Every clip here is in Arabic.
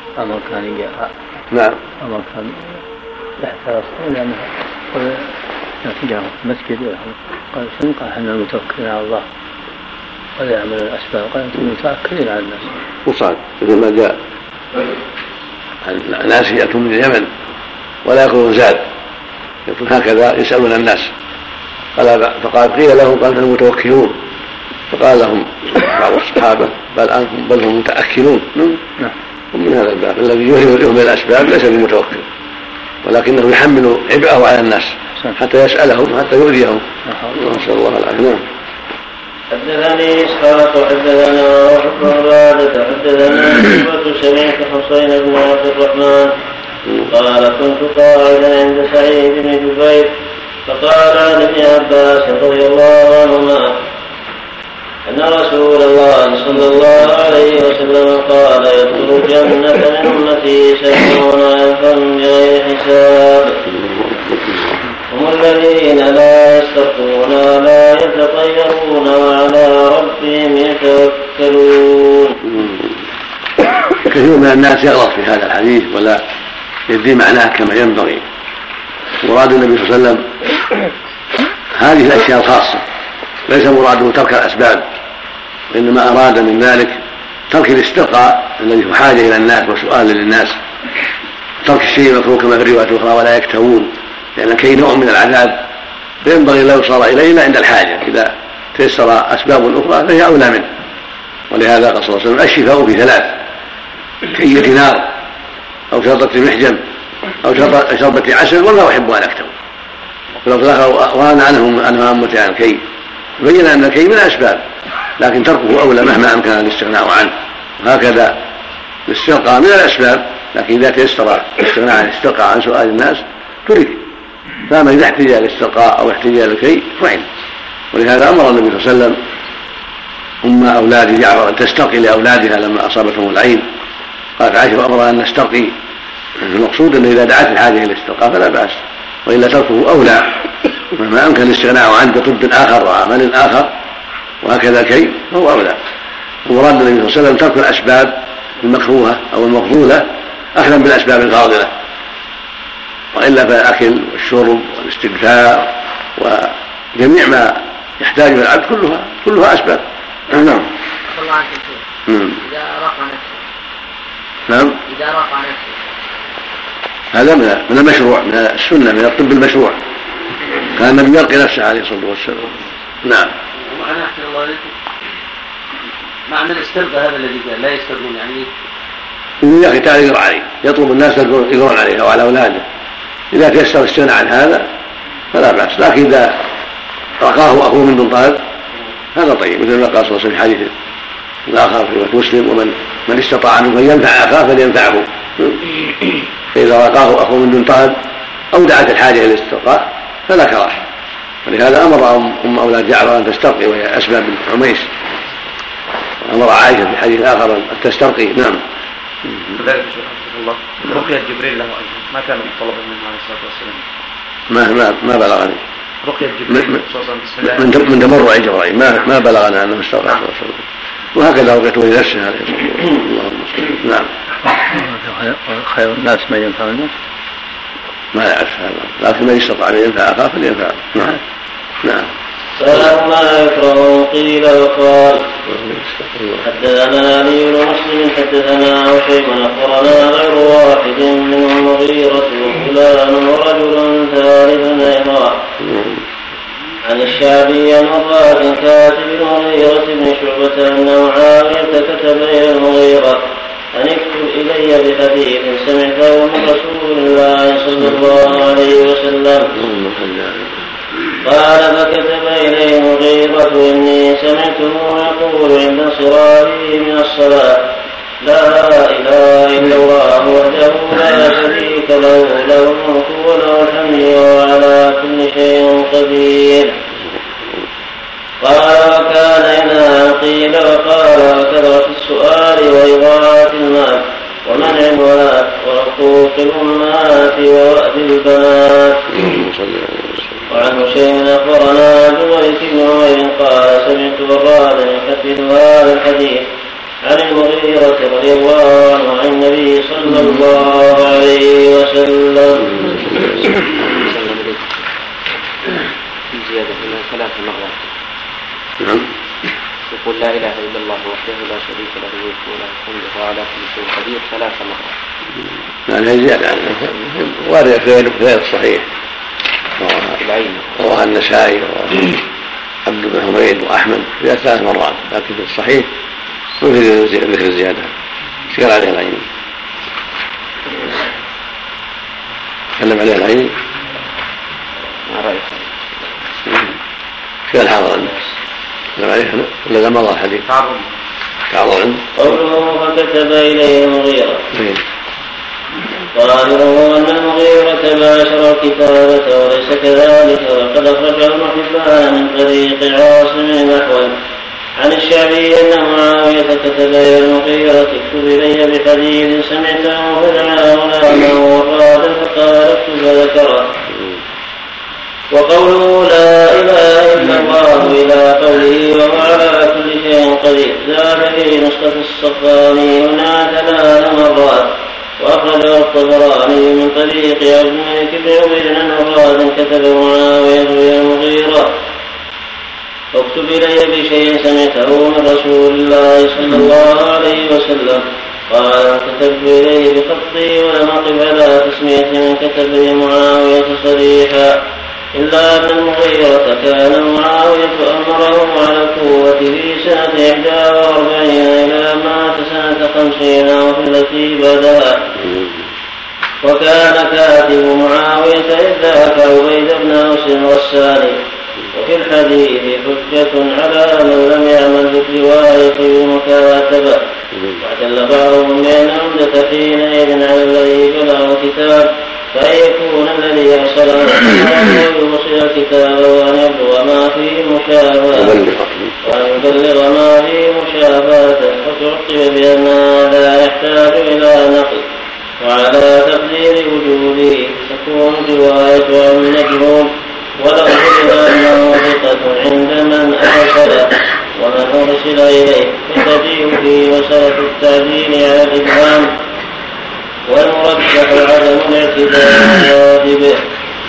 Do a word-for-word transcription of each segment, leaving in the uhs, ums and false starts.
أمر كان نعم أمر كان يحترس لأنه قال نتجاه المسجد قال شنو؟ قال احنا متوكلين على الله ولا يعمل الأسباب. قال أنتم متأكلين على الناس وصعد مثل ما جاء الناس يأتون من اليمن ولا يأكلون زاد، يكون هكذا يسألون الناس. فقال قيل لهم قال هم متوكلون، فقال لهم بعض الصحابة بل أنتم بل هم متأكلون. ومن هذا الباب الذي يهمل الأسباب ليس بمتوكل، ولكنه يحمل عبئه على الناس حتى يسألهم حتى يؤذيهم. نسأل الله العافية. حدثني إسحاق حدثنا بن عبادة حدثنا شعبة سمعت حسين بن عبد الرحمن قال كنت قاعدا عند سعيد بن جبير فقال عن ابن عباس رضي الله عنهما أن رسول الله صلى الله عليه وسلم قال يدخل الجنة من أمتي سبعون ألفا بغير حساب، هم الذين لا يسترقون ولا يتطيرون وعلى ربهم يتوكلون. كثير من الناس يغلط في هذا الحديث ولا يدري معناه كما ينبغي. مراد النبي صلى الله عليه وسلم هذه الأشياء الخاصة، ليس مراده ترك الأسباب، وإنما أراد من ذلك ترك الاسترقاء الذي هو حاجة إلى الناس وسؤال للناس، ترك الشيء المكروه كما في الرواية الأخرى ولا يكتوون، لأن كي نوع من العذاب فينبغي لا يصار إليه إلا عند الحاجة، إذا تيسر أسباب أخرى فهي أولى منه. ولهذا قال صلى الله عليه وسلم الشفاء في ثلاث: كية نار أو شربة محجم أو شربة عسل ولا أحب أن أكتوي. ولو في الآخر وأنا عنهم أنها أمتي عن الكي، بين أن الكي من الأسباب لكن تركه أولى مهما أمكن الاستغناء عنه. وهكذا الاسترقاء من الأسباب، لكن إذا تيسر الاستغناء عن الاسترقاء عن سؤال الناس ترك، فما إذا احتاج الاسترقاء أو احتاج الكي فعل. ولهذا أمر النبي صلى الله عليه وسلم أم أولاد جعفر أن تسترقي لأولادها لما أصابتهم العين، قالت عائشة أمر أن نسترقي. المقصود أنه إذا دعت الحاجة إلى الاسترقاء فلا بأس، وإلا تركه أولى مهما أمكن الاستغناء عنه بطب آخر وعمل آخر، وهكذا الكي هو أولى. ومراد النبي صلى الله عليه وسلم ترك الأسباب المكروهة أو المفضولة أخذا بالأسباب الفاضلة، وإلا فالأكل والشرب والاستبتاء وجميع ما يحتاج العبد كلها كلها أسباب. نعم. الله عنك نعم. إذا رفع نفسه. نعم. إذا رفع نفسه. هذا من المشروع، من السنة، من الطب المشروع. كان النبي يلقي نفسه عليه الصلاة والسلام. نعم. وأنا أحسن الله عليكم معنى الاسترقاء هذا الذي قال لا يسترقون يعني يقول يا أخي تعال يقرأ عليه، يطلب الناس يقرأون عليه أو على أولاده. إذا تيسر الاستغناء عن هذا فلا بأس، لكن إذا رقاه أخوه من دون طلب هذا طيب، مثل ما قال صلى الله عليه وسلم في حديث الآخر في مسلم: ومن من استطاع منكم أن ينفع أخاه فلينفعه. فإذا رقاه أخوه من دون طلب أو دعت الحاجة إلى الاسترقاء فلا كراهة. ولهذا أمر أم أولاد جعفر أن تسترقي وهي أسباب بن عميس، وأمر عائشة في حديث آخر أن تسترقي. نعم. كذلك الله رقية جبريل له أجر ما كان طلبا منه عليه الصلاة والسلام. ما ما ما بلغني. رقية جبريل من من تمرع جبريل ما ما بلغنا أنه استرقى. وهكذا رقيته لنفسه عليه الصلاة والسلام. نعم. خير الناس من ينفع الناس. ما يعرف هذا، لكن من استطاع أن ينفع أخاه فلينفعه. نعم. نعم. فلما يكره قيل وقال. حدثنا علي بن مسلم حدثنا وشيء أخبرنا غير واحد منهم المغيرة وفلان ورجل ثالث أيضا عن الشعبي عن مراد كاتب المغيرة بن شعبة أن معاوية كتب إلى المغيرة أن اكتب إلي بحديث سمعته من رسول الله صلى الله عليه وسلم. قال فكتب إليه المغيرة: إني سمعته يقول عند انصرافه من الصلاة: لا إله إلا الله وحده لا شريك له له الملك وله الحمد وهو على كل شيء قدير. قال وكان إنها قيل وقال وكثرة السؤال وإضاعة المال ومنع الولاد وحقوق الأمهات ووأد البنات. وعن شيء أخبرنا بملك بن عمير قال سمعت برادا يحدث هذا الحديث عن المغيرة رضي الله عنه عن النبي صلى الله عليه وسلم. زيادة من ثلاث مرات. نعم. يقول لا إله إلا الله وحده لا شريك له الملك وله الحمد وهو على كل شيء قدير ثلاث مرات. يعني هي زيادة عنه وارد في غير الصحيح. رواه النسائي ورواه عبد بن حميد وأحمد في ثلاث مرات، لكن في الصحيح ما في ذكر الزيادة. سير عليه العيني. تكلم عليه العيني. ما رأيك؟ في الحاضر عنه. تكلم عليه ولا لا مضى الحديث؟ تعرض. تعرض عنه. قوله فكتب إليه المغيرة. ظاهره أن المغيرة باشر الكتابة وليس كذلك، وقد أخرجه ابن حبان من طريق عاصم الأحول عن الشعبي أن معاوية كتب إلى المغيرة اكتب إلي بحديث سمعته فدعا غلامه وقال فقال اكتب فذكره. وقوله لا إله إلا الله إلى قوله وهو على كل شيء قدير زاد في نسخة الصفاني هنا ثلاث مرات. وأخرجه الطبراني من طريق عبد الملك بن عمير أن مراد كتب معاوية إلى المغيرة اكتب إلي بشيء سمعته من رسول الله صلى الله عليه وسلم. قال كتبت إليه بخطي ولم أقف على تسمية من كتب لي معاوية صريحا، إلا أن المغيرة كان معاوية أمره على القوة في سنة إحدى وأربعين إلى مات سنة خمسين وفي التي بدأ. وكان كاتب معاوية إذ ذاك عبيد بن أوس الغساني. وفي الحديث حجة على من لم يعمل بالرواية بالمكاتبة. واعتل بعضهم بأن عمدة حينئذ على الذي بلغ الكتاب فأن يكون الذي أرسله ويوصل الكتاب وأن يبلغ ما فيه مشابهة وأن يبلغ ما فيه مشابهة. وتعقب بأن هذا يحتاج إلى نقل. وعلى تقدير وجوده تكون رواية عن مجهول ولو قدر أنه ثقة عند من أرسل ومن أرسل إليه فتجيء فيه مسألة التعديل على الإبهام والمرجح عدم الاعتداء به.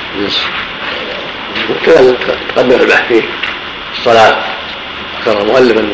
كذلك تقدم البحث في الصلاة. ذكر المؤلف أن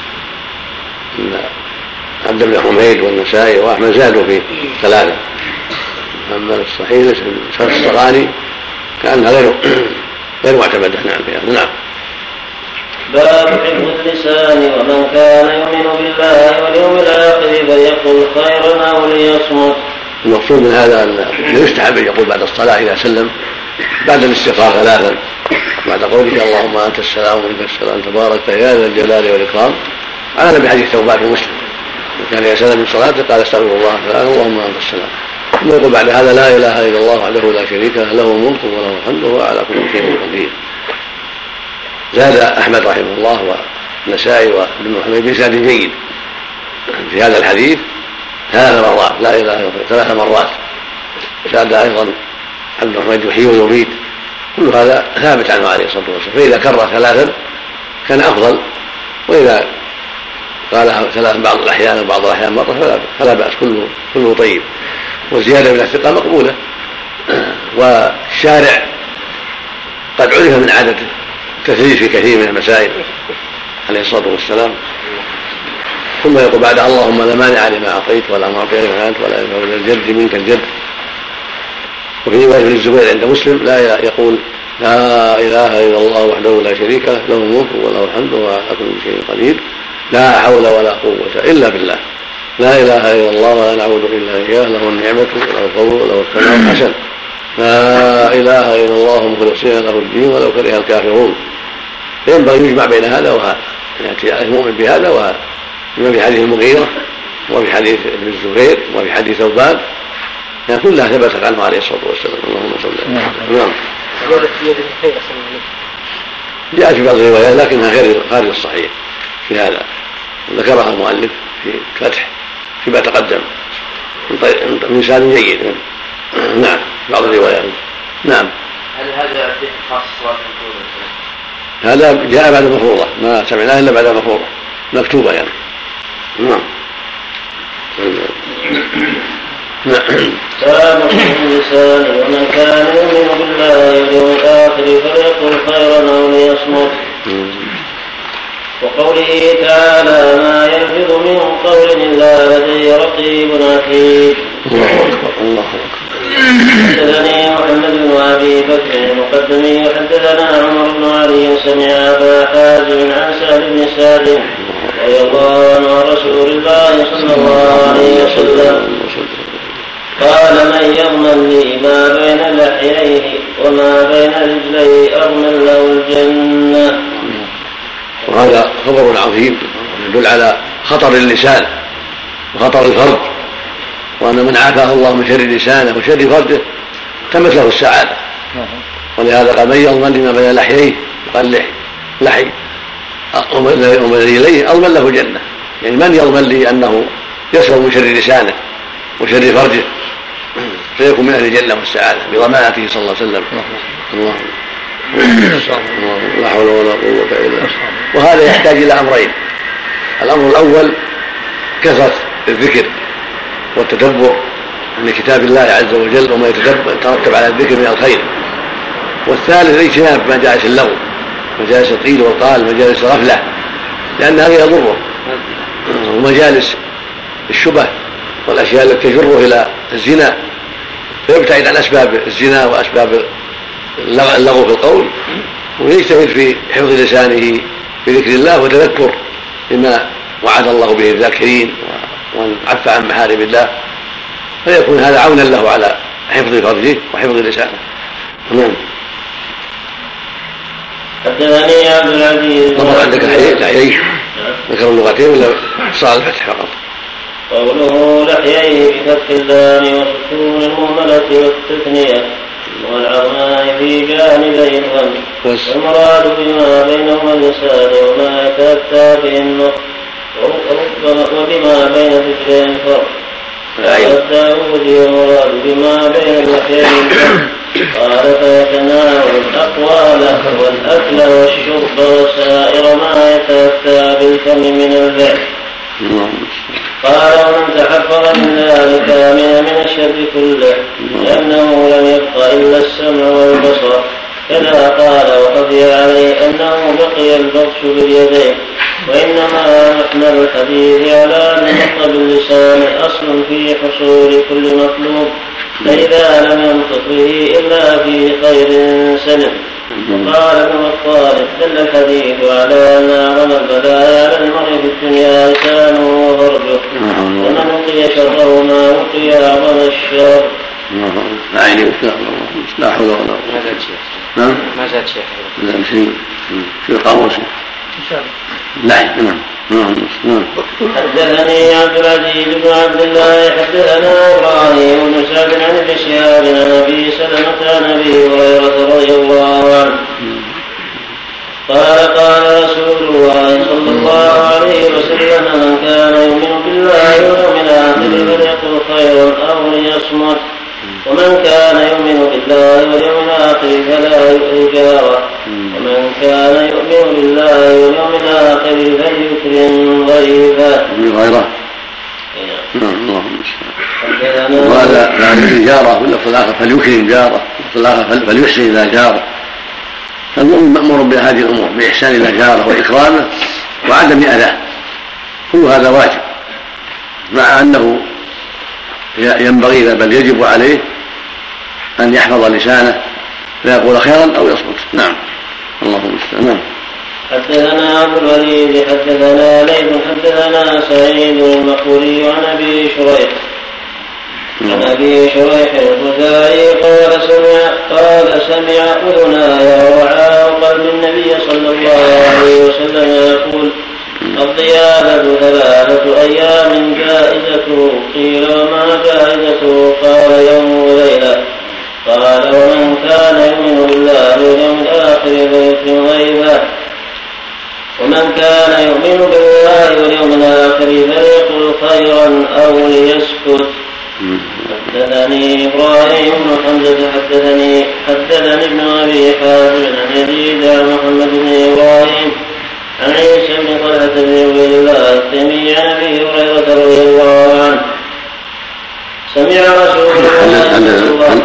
عبد بن حميد والنسائي وأحمد زادوا في ثلاثة، أما الصحيح ليس الصغاني كأنها غير غير معتمدة. نعم فيها. نعم. باب حفظ اللسان ومن كان يؤمن بالله واليوم الآخر فليقل خيرا أو ليصمت. المقصود من هذا أن يستحب أن يقول بعد الصلاة إذا سلم بعد الاستغفار ثلاثا بعد قولك اللهم أنت السلام ومنك السلام تبارك يا ذا الجلال والإكرام على نبي حديث ثوبان في مسلم كان إذا سلم من صلاته قال استغفر الله ثلاثا اللهم أنت السلام، ثم يقول بعد هذا لا إله إلا الله وحده لا شريك له له الملك وله الحمد وهو على كل شيء قدير. زاد أحمد رحمه الله والنسائي وابن محمد بإسناد جيد في هذا الحديث ثلاث مرات لا إله إلا الله ثلاث مرات. زاد أيضا عبد الرحمن يحيي ويميت، كل هذا ثابت عنه عليه الصلاة والسلام، فإذا كرر ثلاثا كان أفضل، وإذا قالها ثلاثا بعض الأحيان وبعض الأحيان مرة فلا بأس، كله, كله طيب. والزيادة من الثقة مقبولة. والشارع قد عرف من عادته التثليث في كثير من المسائل عليه الصلاة والسلام، ثم يقول بعدها اللهم لا مانع لما أعطيت ولا معطي لما أنت ولا ينفع ذا الجد منك الجد. وفي رواية ابن الزبير عند مسلم لا يقول لا إله إلا الله وحده لا شريك له له الملك وله الحمد وهو على كل شيء قدير لا حول ولا قوة إلا بالله، لا إله إلا الله ولا نعبد إلا إياه له النعمة وله الفضل وله الثناء الحسن، لا إله إلا الله مخلصين له الدين ولو كره الكافرون. ينبغي يجمع بين هذا وهذا، يعني المؤمن بهذا وهذا، بما في حديث المغيرة وفي حديث ابن الزبير وفي حديث ثوبان، يعني كلها ثبتت عنه عليه الصلاة والسلام. اللهم صل على محمد. نعم. جاءت في بعض الروايات لكنها غير خارج الصحيح في هذا، ذكرها المؤلف في فتح فيما تقدم من سال جيد. نعم بعض الروايات. نعم. هل هذا في خاص صلاة المفروضة؟ هذا جاء بعد المفروضة، ما سمعناه إلا بعد المفروضة مكتوبة يعني. نعم. باب اللسان. ومن كان يؤمن بالله واليوم الآخر فليقل خيرا أو ليصمت. وقوله تعالى ما يلفظ من قول إلا لديه رقيب عتيد. حدثني محمد بن أبي بكر المقدمي حدثنا عمر بن علي سمع أبا حازم عن سهل بن سعد رضي الله عنه عن رسول الله صلى الله عليه وسلم قال من يضمن لي ما بين لحييه وما بين رجليه أضمن له الجنة. وهذا خبر عظيم يدل على خطر اللسان وخطر الفرج، وأن من عافاه الله من شر لسانه وشر فرجه تمت له السعادة. ولهذا قال من يضمن لما بين لحييه قال لحي لحي ومن رجليه أضمن له الجنة، يعني من يضمن لي أنه يسلم من شر لسانه وشر فرجه فيكون من أهل الجنة والسعادة بضمانته صلى الله عليه وسلم. الله لا حول ولا قوة إلا بالله. وهذا يحتاج إلى أمرين. الأمر الأول كثرة الذكر والتدبر من كتاب الله عز وجل وما يترتب على الذكر من الخير. والثالث الاجتناب مجالس اللغو، مجالس القيل والقال، مجالس الغفلة، لأن هذا يضره، ومجالس الشبه والأشياء التي تجره إلى الزنا، فيبتعد عن أسباب الزنا وأسباب اللغو في القول، ويجتهد في حفظ لسانه بذكر الله وتذكر بما وعد الله به الذاكرين وعفى عن محارم الله، فيكون هذا عونا له على حفظ فرجه وحفظ لسانه. نعم. حدثني عبد العزيز. طبعا عندك لحييه ذكر اللغتين ولا صار الفتح فقط؟ قوله لحييه بفتح اللام وسكون المهملة والتثنية والعظماء في جانبي الهم، والمراد بما بينهما اللسان وما يتأتى به النطق وبما بين ذكرين الفرق. قال الداودي والمراد بما بين اللحيين قال فيتناول الأقوال والأكل والشرب وسائر ما يتأتى بالفم من الفعل. قال ومن تحفظ من ذلك آمن من الشر كله لأنه لم يبق إلا السمع والبصر. كذا قال وخفي عليه أنه بقي البطش باليدين. وإنما محمل الحديث على أن النطق باللسان أصل في حصول كل مطلوب، فإذا لم ينطق به إلا في خير سلم. قال ابن الطالب دل الحديث على أن أعظم البلايا على المرء في الدنيا لسانه وفرجه، ومن وقي شره ما وقي أعظم الشر. لا حول ولا قوة. نعم. ما زاد شيخ. لا شيء في القاموس. لا نعم. نعم. حدثني عبد العزيز بن عبد الله حدثنا إبراهيم بن سعد عن ابن شهاب عن أبي سلمة عن أبي هريرة رضي الله عنه قال قال رسول الله صلى الله عليه وسلم من كان يؤمن بالله واليوم الآخر فليقل خيرا أو ليصمت، ومن كان يؤمن بالله واليوم الآخر فلا يؤذي جاره، ومن كان يؤمن بالله واليوم الآخر فليكرم ضيفه. غيره. نعم. اللهم صل. وهذا معنى الجاره واللفظ الآخر فليكرم جاره، واللفظ الآخر فليحسن إلى جاره. فالمؤمن مأمور بهذه الأمور بإحسان إلى جاره وإكرامه وعدم أذاه، كل هذا واجب، مع أنه ينبغي بل يجب عليه أن يحفظ لسانه فيقول خيرا أو يصمت. نعم. اللهم استعان. حدثنا عبد الوليد حدثنا ليث حدثنا سعيد المقبوري عن أبي شريح عن أبي شريح الخزاعي قال سمع قال سمع أذناي ووعاء قلب النبي صلى الله عليه وسلم يقول الضيافة ثلاثة أيام جائزته. قيل وما جائزته؟ قال يوم وليلة. قال ومن كان يؤمن بالله واليوم الآخر فيكرم ضيفه، ومن كان يؤمن بالله واليوم الآخر فليقل خيرا أو ليسكت. حدثني إبراهيم بن حمزة حدثني حدثني ابن أبي حازم عن يزيد عن محمد بن إبراهيم عن عيسى بن طلحة بن عبيد الله التيمي عن أبي هريرة رضي الله عنه سمع رسول الله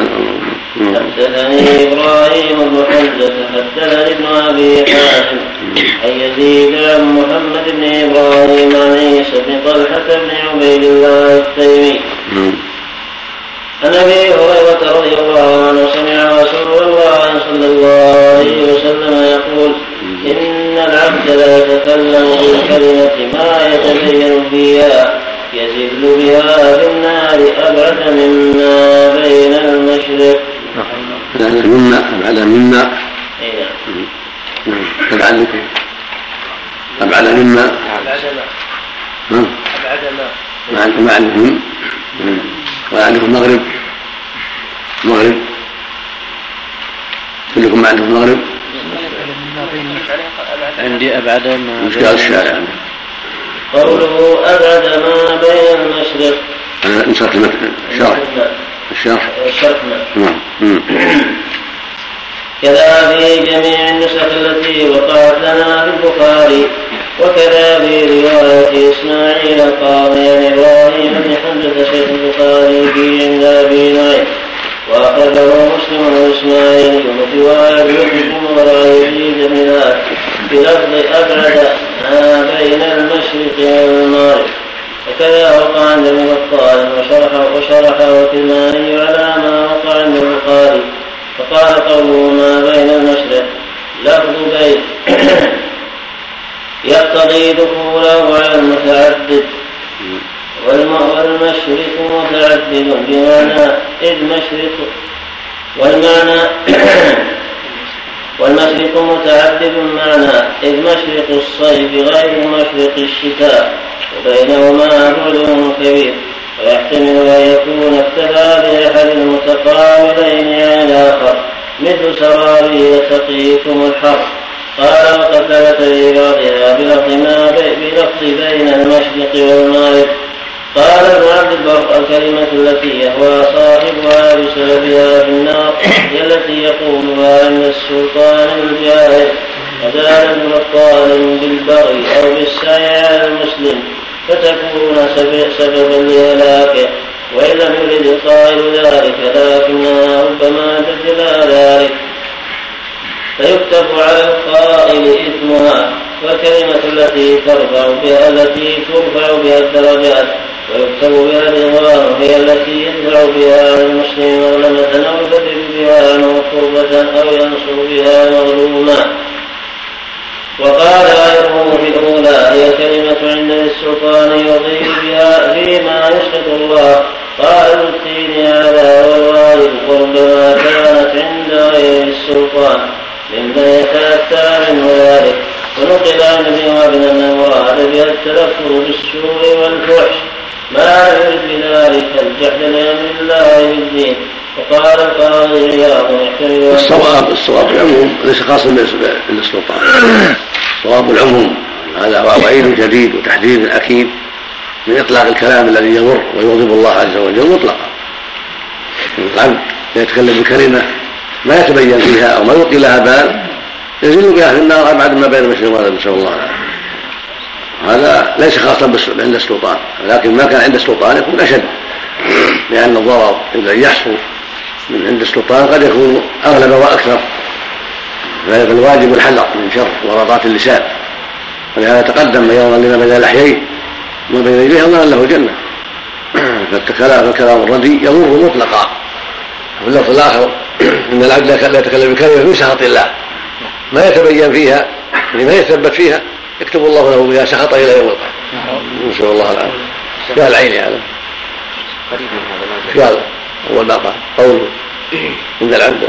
حدثني إبراهيم بن حمزة حدثني ابن أبي حاتم عن يزيد بن محمد بن إبراهيم عن عيسى بن طلحة بن عبيد الله التيمي عن أبي هريرة رضي الله عنه سمع رسول الله صلى الله عليه وسلم يقول إن العبد لا يتكلم بالكلمة ما يتبين فيها يزل بها في النار أبعد مما بين المشرق مما أبعد مما أبعد لكم أبعد مما أبعد ما عندكم وعندكم مغرب مغرب كلكم ما عندكم مغرب عندي أبعد ما مشكلة الشارع قوله أبعد ما بين المشرق أنا نسخ الشرح الشرح الشرح كذا في جميع النسخ التي وقعت لنا في البخاري وكذا في رواية إسماعيل القاضي عن إبراهيم بن حمزة شيخ البخاري في عند أبي نعيم وأخرجه مسلم وإسماعيل وفي رواية مسلم وراء يزيد بن ذاك بلفظ أبعد ما بين المشرق والمغرب وكذا وقع عند ابن بطال وشرحه الكرماني على ما وقع عند البخاري فقال قوله ما بين المشرق لفظ بيت يقتضي دخوله على المتعدد والمشرق متعدد بمعنى إذ مشرق والمعنى والمشرق متعدد معنى إذ مشرق الصيف غير مشرق الشتاء وبينهما بعد كبير ويحتمل أن يكون اكتفى بأحد المتقابلين عن الآخر مثل سرابيل تقيكم الحر قال وقد ثبت بإيرادها بلفظ بين المشرق والمغرب. قال ابن عبد البر الكلمة التي يهوى صاحبها بسببها في النار هي التي يقولها عند السلطان الجاهل وزال ابن بطال بالبغي أو بالسعي على المسلم فتكون سببا لهلاكه وإن لم يرد القائل ذلك لكنها ربما تجلى ذلك فيكتب على القائل إثمها والكلمة التي ترفع بها التي ترفع بها الدرجات ويكتب بها الرضوان هي التي يدفع بها عن المسلم مظلمة أو يفرج بها عنه قربة أو ينصر بها مظلوما. وقال غيره في الأولى هي كلمة عند السلطان يضيء بها فيما يسخط الله قال التين هذا والغالب وربما كانت عند غير السلطان مما يتأتى منه ذلك. ونقل عن ابن وهب أن المراد بها التلفظ بالسوء والفحش ما يرد بذلك الجحد لأمر الله بالدين. وقال القاضي عياض يحتمل الصواب الصواب العموم ليس خاصا بالسلطان صواب العموم هذا هو وعيد جديد وتحذير اكيد من اطلاق الكلام الذي يضر ويغضب الله عز وجل مطلقا. العبد يتكلم بكلمه ما يتبين فيها او ما يلقي لها بال يزل بها في النار ابعد ما بين المشرق والمغرب نسال الله العافيه. هذا ليس خاصا عند السلطان ولكن ما كان عند السلطان يكون اشد لان الضرر اذا يحصل من عند السلطان قد يكون اغلب واكثر فالواجب الحذر من شر ورطات اللسان ولهذا تقدم يوما لما بين اللحيين وما بين يديه ظن له الجنه. فالكلام الردي يضر مطلقا. وفي اللفظ الاخر ان العبد لا يتكلم بكلمه من سخط الله ما يتبين فيها يعني ما يثبت فيها يكتب الله له بها سخط الى يوم القيامه نسال الله العافيه. يا العين هذا قال هو الباقى قوله عند العبد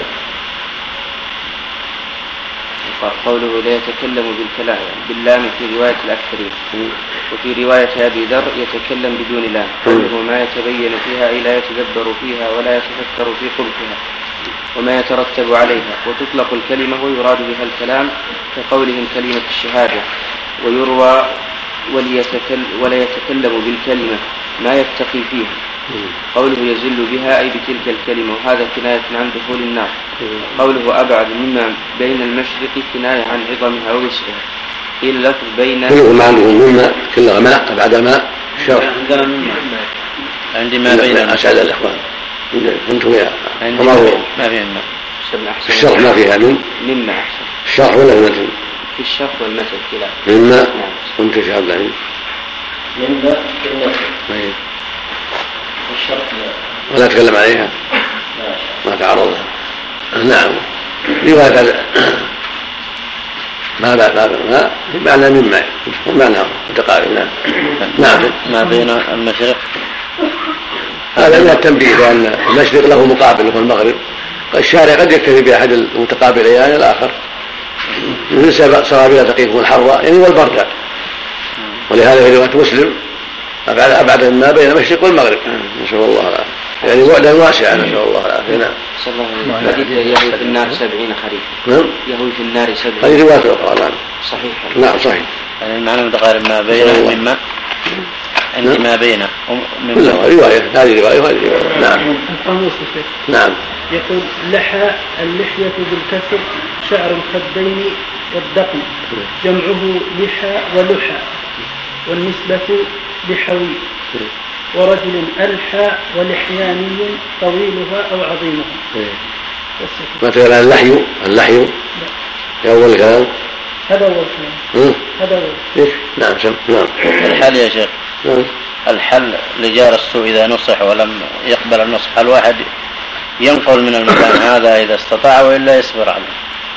قوله لا يتكلم بالكلام باللام في رواية الأكثرين وفي رواية أبي ذر يتكلم بدون لام قوله ما يتبين فيها أي لا يتدبر فيها ولا يتفكر في قبحها وما يترتب عليها. وتطلق الكلمة ويراد بها الكلام كقولهم كلمة الشهادة ويروى ولا يتكلم بالكلمة ما يتقي فيها. قوله يزل بها أي بتلك الكلمة وهذا كناية عن دخول النار. قوله أبعد مما بين المشرق كناية عن عظمها ووسعها. قيل لفظ بين كله ما عندهم مما كله ماء أبعد ماء شرح عندي ما بين أسأل الإخوان أنتم يا عندي ما بين ما الشرح ما فيها من مما أحسن الشرح ولا المتن؟ في الشرح والمتن كلا مما كنت شهاب العين مما في المتن طيب الشرح ولا أتكلم عليها ما تعرض نعم رواية ما بعد ما بمعنى مما معنى متقارب. نعم نعم ما بين المشرق هذا من التنبيه لأن المشرق له مقابل وهو المغرب. الشارع قد يكتفي بأحد المتقابلين يعني الآخر مثل سرابيل تقيكم الحر يعني والبرد. ولهذا في رواية مسلم أبعد أبعد ما بين المشرق والمغرب نسأل الله العافية يعني بعدا واسعا نسأل الله العافية. نعم حديث يهوي في النار سبعين خريفا. نعم يهوي في النار سبعين. هذه رواية أخرى. نعم صحيح. نعم صحيح. يعني المعنى متقارب ما بينه مما عندي ما بينه كلها رواية هذه رواية وهذه رواية. نعم القاموس الشيخ نعم يقول لحى اللحية بالكسر شعر الخدين والدقن جمعه لحى ولحى والنسبة لحوي ورجل ألحى ولحياني طويلها أو عظيمها. مثلا اللحي اللحي في أول الكلام هذا هو الكلام هذا هو إيش نعم سم نعم الحل يا شيخ. نعم الحل لجار السوء إذا نصح ولم يقبل النصح الواحد ينقل من المكان هذا إذا استطاع وإلا يصبر عليه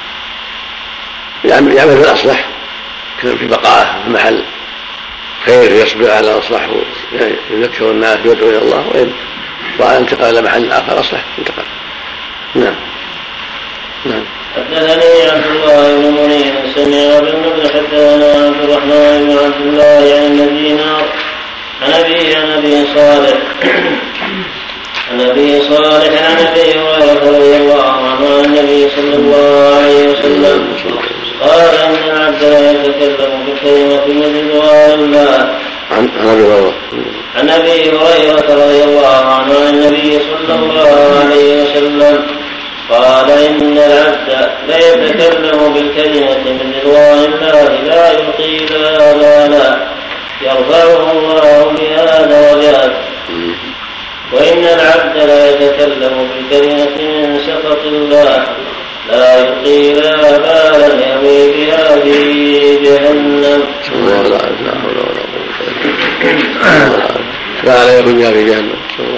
يعمل يعمل بالأصلح في بقائه في المحل خير يصبر على أصلح يذكر الناس ويدعو إلى الله وإن وانتقل إلى محل آخر أصلح انتقل. نعم نعم حدثني عبد الله بن منير سمع بن حدثنا عبد الرحمن بن عبد الله عن الدينار عن أبي عن أبي صالح عن أبي صالح عن أبي هريرة رضي الله عنه عن النبي صلى الله عليه وسلم قال إن العبد لا يتكلم بكلمة من دعاء الله. عن أبي هريرة عن أبي هريرة رضي الله عنه عن النبي صلى الله عليه وسلم قال إن العبد لا يتكلم بالكلمة من رضوان الله لا يلقي لها بالا يرفعه الله بها درجات. وإن العبد لا يتكلم بالكلمة من سخط الله لا يلقي لها بالا يهوي بها في جهنم. لا يهوي بها في جهنم.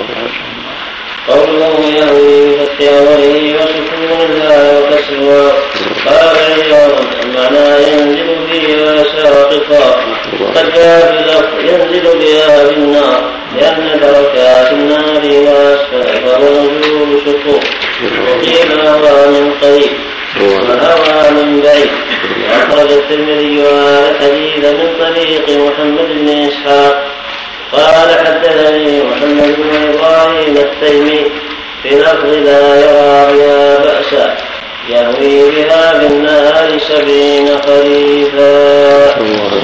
قوله يهوي بفتح أوله وسكون الله وكسرها. قال عياض المعنى ينزل فيها ساقطا. قد جاء بلفظ ينزل بها في النار لأن دركات النار وأسفل فالنزول سقوط. وقيل هوى من قريب وهوى من بعيد. وأخرج الترمذي هذا الحديث من طريق محمد بن إسحاق قال حدثني محمد بن إبراهيم التيمي في لفظ لا يرى بها بأسا يهوي بها بالنار سبعين خريفا.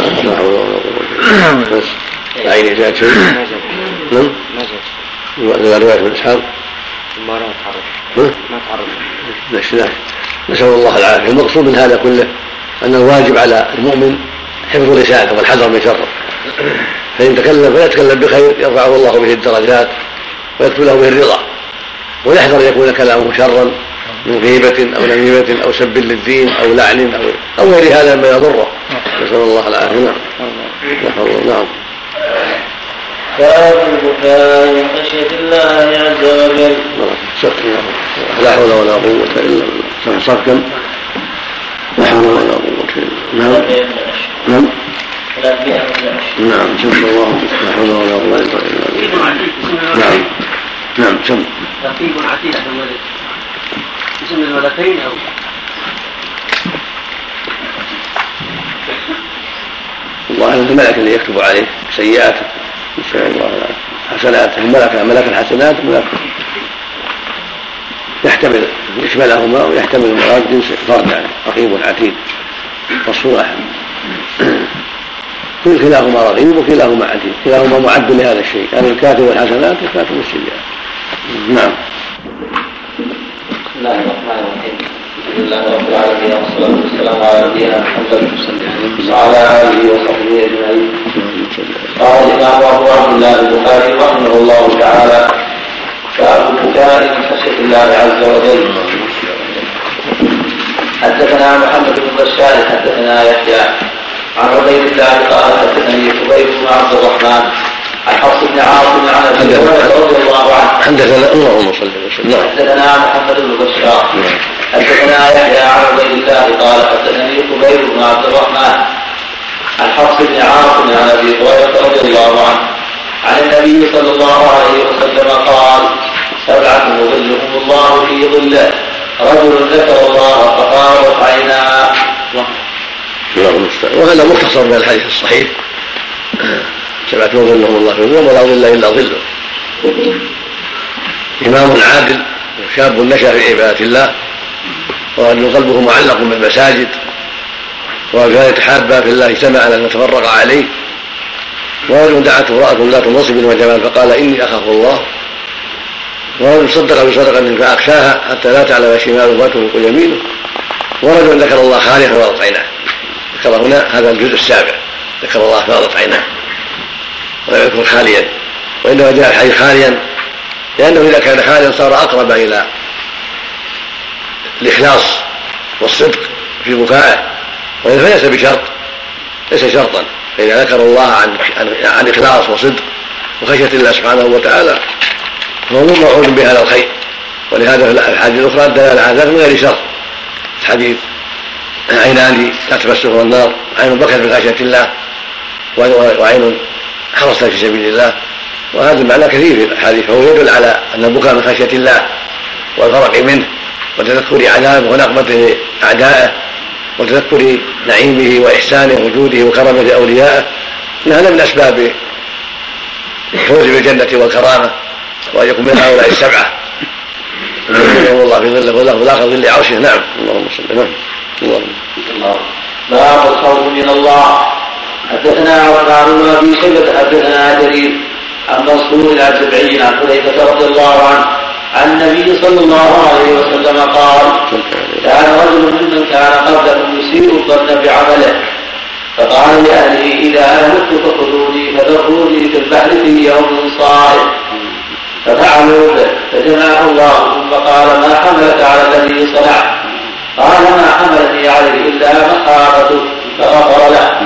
بس عيني جاءت شيء نعم نزل رواية من إسحاق ما تعرف ما تعرف نسأل الله العافية. المقصود من هذا كله أن الواجب على المؤمن حفظ لسانه والحذر من شره فإن تكلم فلا يتكلم بخير يرفعه الله به الدرجات ويكتب له به الرضا ويحذر يكون كلامه شرا من غيبة أو نميمة أو سب للدين أو لعن أو أو غير هذا ما يضره. نسأل الله العافية. نعم نعم باب البكاء من خشية الله عز وجل. لا حول ولا قوة إلا بالله. صار كم؟ لا حول ولا قوة إلا بالله. نعم نعم سبحان الله لا حول ولا قوة إلا بالله. نعم نعم سم رقيب عتيد الولد اسم الولدين أو الله أنه الملك اللي يكتب عليه سيئاته نسأل الله العافية. حسناته ملك ملك الحسنات ملك يحتمل يشملهما ويحتمل المراد جنس فرد يعني رقيب عتيد والصورة كلاهما رغيب وكلاهما عتيد كلاهما معد لهذا الشيء يعني الكاتب الحسنات وكاتب السيئات. نعم. بسم الله الرحمن الرحيم. الحمد لله رب العالمين والصلاة والسلام على نبينا محمد وعلى آله وصحبه أجمعين. قال الإمام أبو عبد الله البخاري رحمه الله تعالى: باب البكاء من خشية الله عز وجل. حدثنا محمد بن بشار حدثنا يحيى عن عبيد الله قال حدثني خبيب بن عبد الرحمن عن حفص بن عاصم عن ابي هريره رضي الله عنه حدثنا اللهم صل وسلم. حدثنا محمد بن بشار حدثنا يحيى عن عبيد الله قال حدثني خبيب بن عبد الرحمن عن حفص بن عاصم عن ابي هريره رضي الله عنه عن النبي صلى الله عليه وسلم قال: سبعة يظلهم الله في ظله: رجل ذكر الله فقامت عيناه. وهذا مختصر من الحديث الصحيح: سبعة يظلهم الله في ظله ولا ظل الا ظله. امام عادل وشاب نشا في عباده الله، ورجل قلبه معلق بالمساجد، ورجلان يتحابا في الله اجتمعا ان نتفرق عليه، ورجل دعته امراه ذات منصب وجمال فقال: اني اخاف الله، ورجل صدق بصدقه فاخشاها حتى لا تعلم شماله ما تنفق يمينه، ورجل ذكر الله خاليا ففاضت عيناه. ذكر هنا هذا الجزء السابع، ذكر الله فاضت عيناه ولا يذكر خاليا، وانما جاء الحديث خاليا لانه اذا كان خاليا صار اقرب الى الاخلاص والصدق في بكائه، وإذا فليس بشرط، ليس شرطا. فإذا ذكر الله عن عن إخلاص وصدق وخشية الله سبحانه وتعالى فهو موعود بهذا الخير. ولهذا في الأحاديث الأخرى الدلالة على ذلك من غير شرط. حديث: عينان لا تمسهما النار، عين بكت من خشية الله، وعين حرصت في سبيل الله. وهذا المعنى كثير في الأحاديث، فهو يدل على أن البكاء من خشية الله والفرق منه وتذكر عذابه ونقمته لأعدائه وتذكر نعيمه وإحسانه وجوده وكرمه لأوليائه، إن هذا من أسباب الفوز بالجنة والكرامة، وأن يكون من هؤلاء السبعة يظلهم الله في ظله وله لا ظل عرشه. نعم. اللهم صل وسلم. باب الخوف من الله. حدثنا عثمان بن ابي شيبه حدثنا جرير عن منصور السبعين عن حذيفه رضي الله عنه عن النبي صلى الله عليه وسلم قال: كان رجل ممن كان قبلكم يسيء الظن بعمله، فقال لأهله: إذا أنا مت فخذوني فذروني في البحر في يوم صائب، ففعلوا به، فجمعه الله ثم قال: ما حملك على الذي صنعت؟ قال: ما حملني عليه إلا مخافته، فغفر له.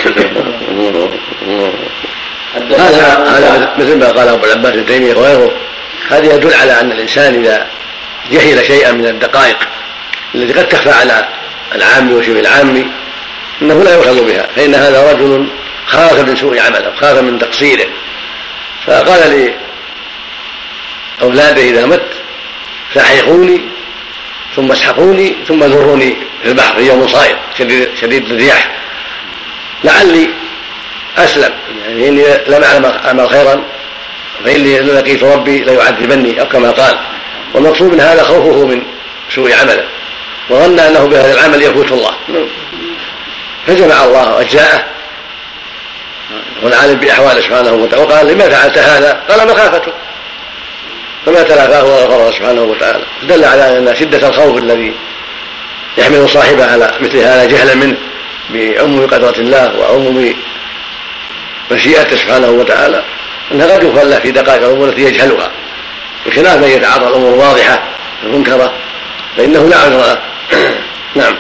هذا مثل ما قال أبو العباس ابن تيمية وغيره، هذا يدل على أن الإنسان إذا جهل شيئا من الدقائق التي قد تخفى على العام وشبه العام انه لا يؤخذ بها، فان هذا رجل خاف من سوء عمله، خاف من تقصيره، فقال لاولاده: اذا مت فاحرقوني ثم اسحقوني ثم ذروني في البحر في يوم صائب شديد, شديد الرياح لعلي اسلم، يعني اني لم اعمل خيرا فاني لقيت ربي ليعذبني، او كما قال. والمقصود من هذا خوفه من سوء عمله، وظن انه بهذا العمل يفوت الله، فجمع الله اجزاءه والعالم باحواله سبحانه وتعالى، وقال: لما فعلت هذا؟ قال: مخافته، فما تلافاه وغفره سبحانه وتعالى. دل على ان شده الخوف الذي يحمل صاحبه على مثل هذا جهلا منه بعموم قدره الله وعموم مشيئته سبحانه وتعالى، انها قد يخلى في دقائق الامور التي يجهلها، بخلاف من يتعاطى الامور واضحه المنكره فانه لا عذر له. نعم.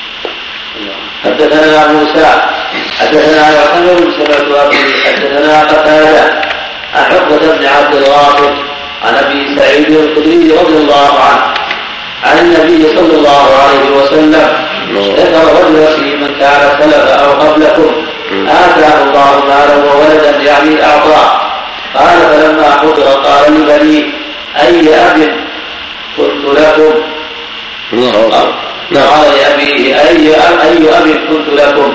حدثنا موسى حدثنا يحيى بن سمعت ابي حدثنا قتاده عن عقبه بن عبد الغافر عن ابي سعيد الخدري رضي الله عنه عن النبي صلى الله عليه وسلم: ذكر رجل في من كان سلف او قبلكم اتاه الله مالا وولدا، يعني اعطاه. قال: فلما حضر قال لبني: اي اب كنت لكم؟ قال لأبيه: أي أي أب كنت لكم؟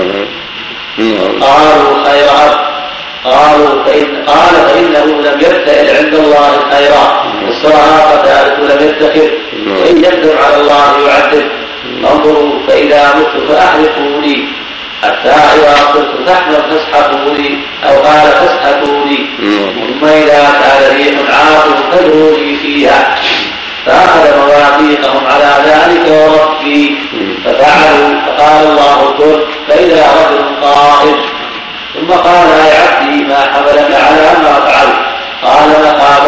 قالوا: خير أب. قالوا: فإن قال: فإنه لم يبتئل عند الله خيرا، الصراحة قتالة لم يفتخر، وإن يقدر على الله يعذب. انظروا: فإذا مت فأحرقوني، حتى إذا قلت فاحمل فاسحقوني، أو قال فاسحقوني، ثم إذا كان ريح عاصف فادعوني فيها. فأخذ مواثيقهم على ذلك وربي، ففعلوا، فقال الله: كن، فإذا رجل قائم، ثم قال: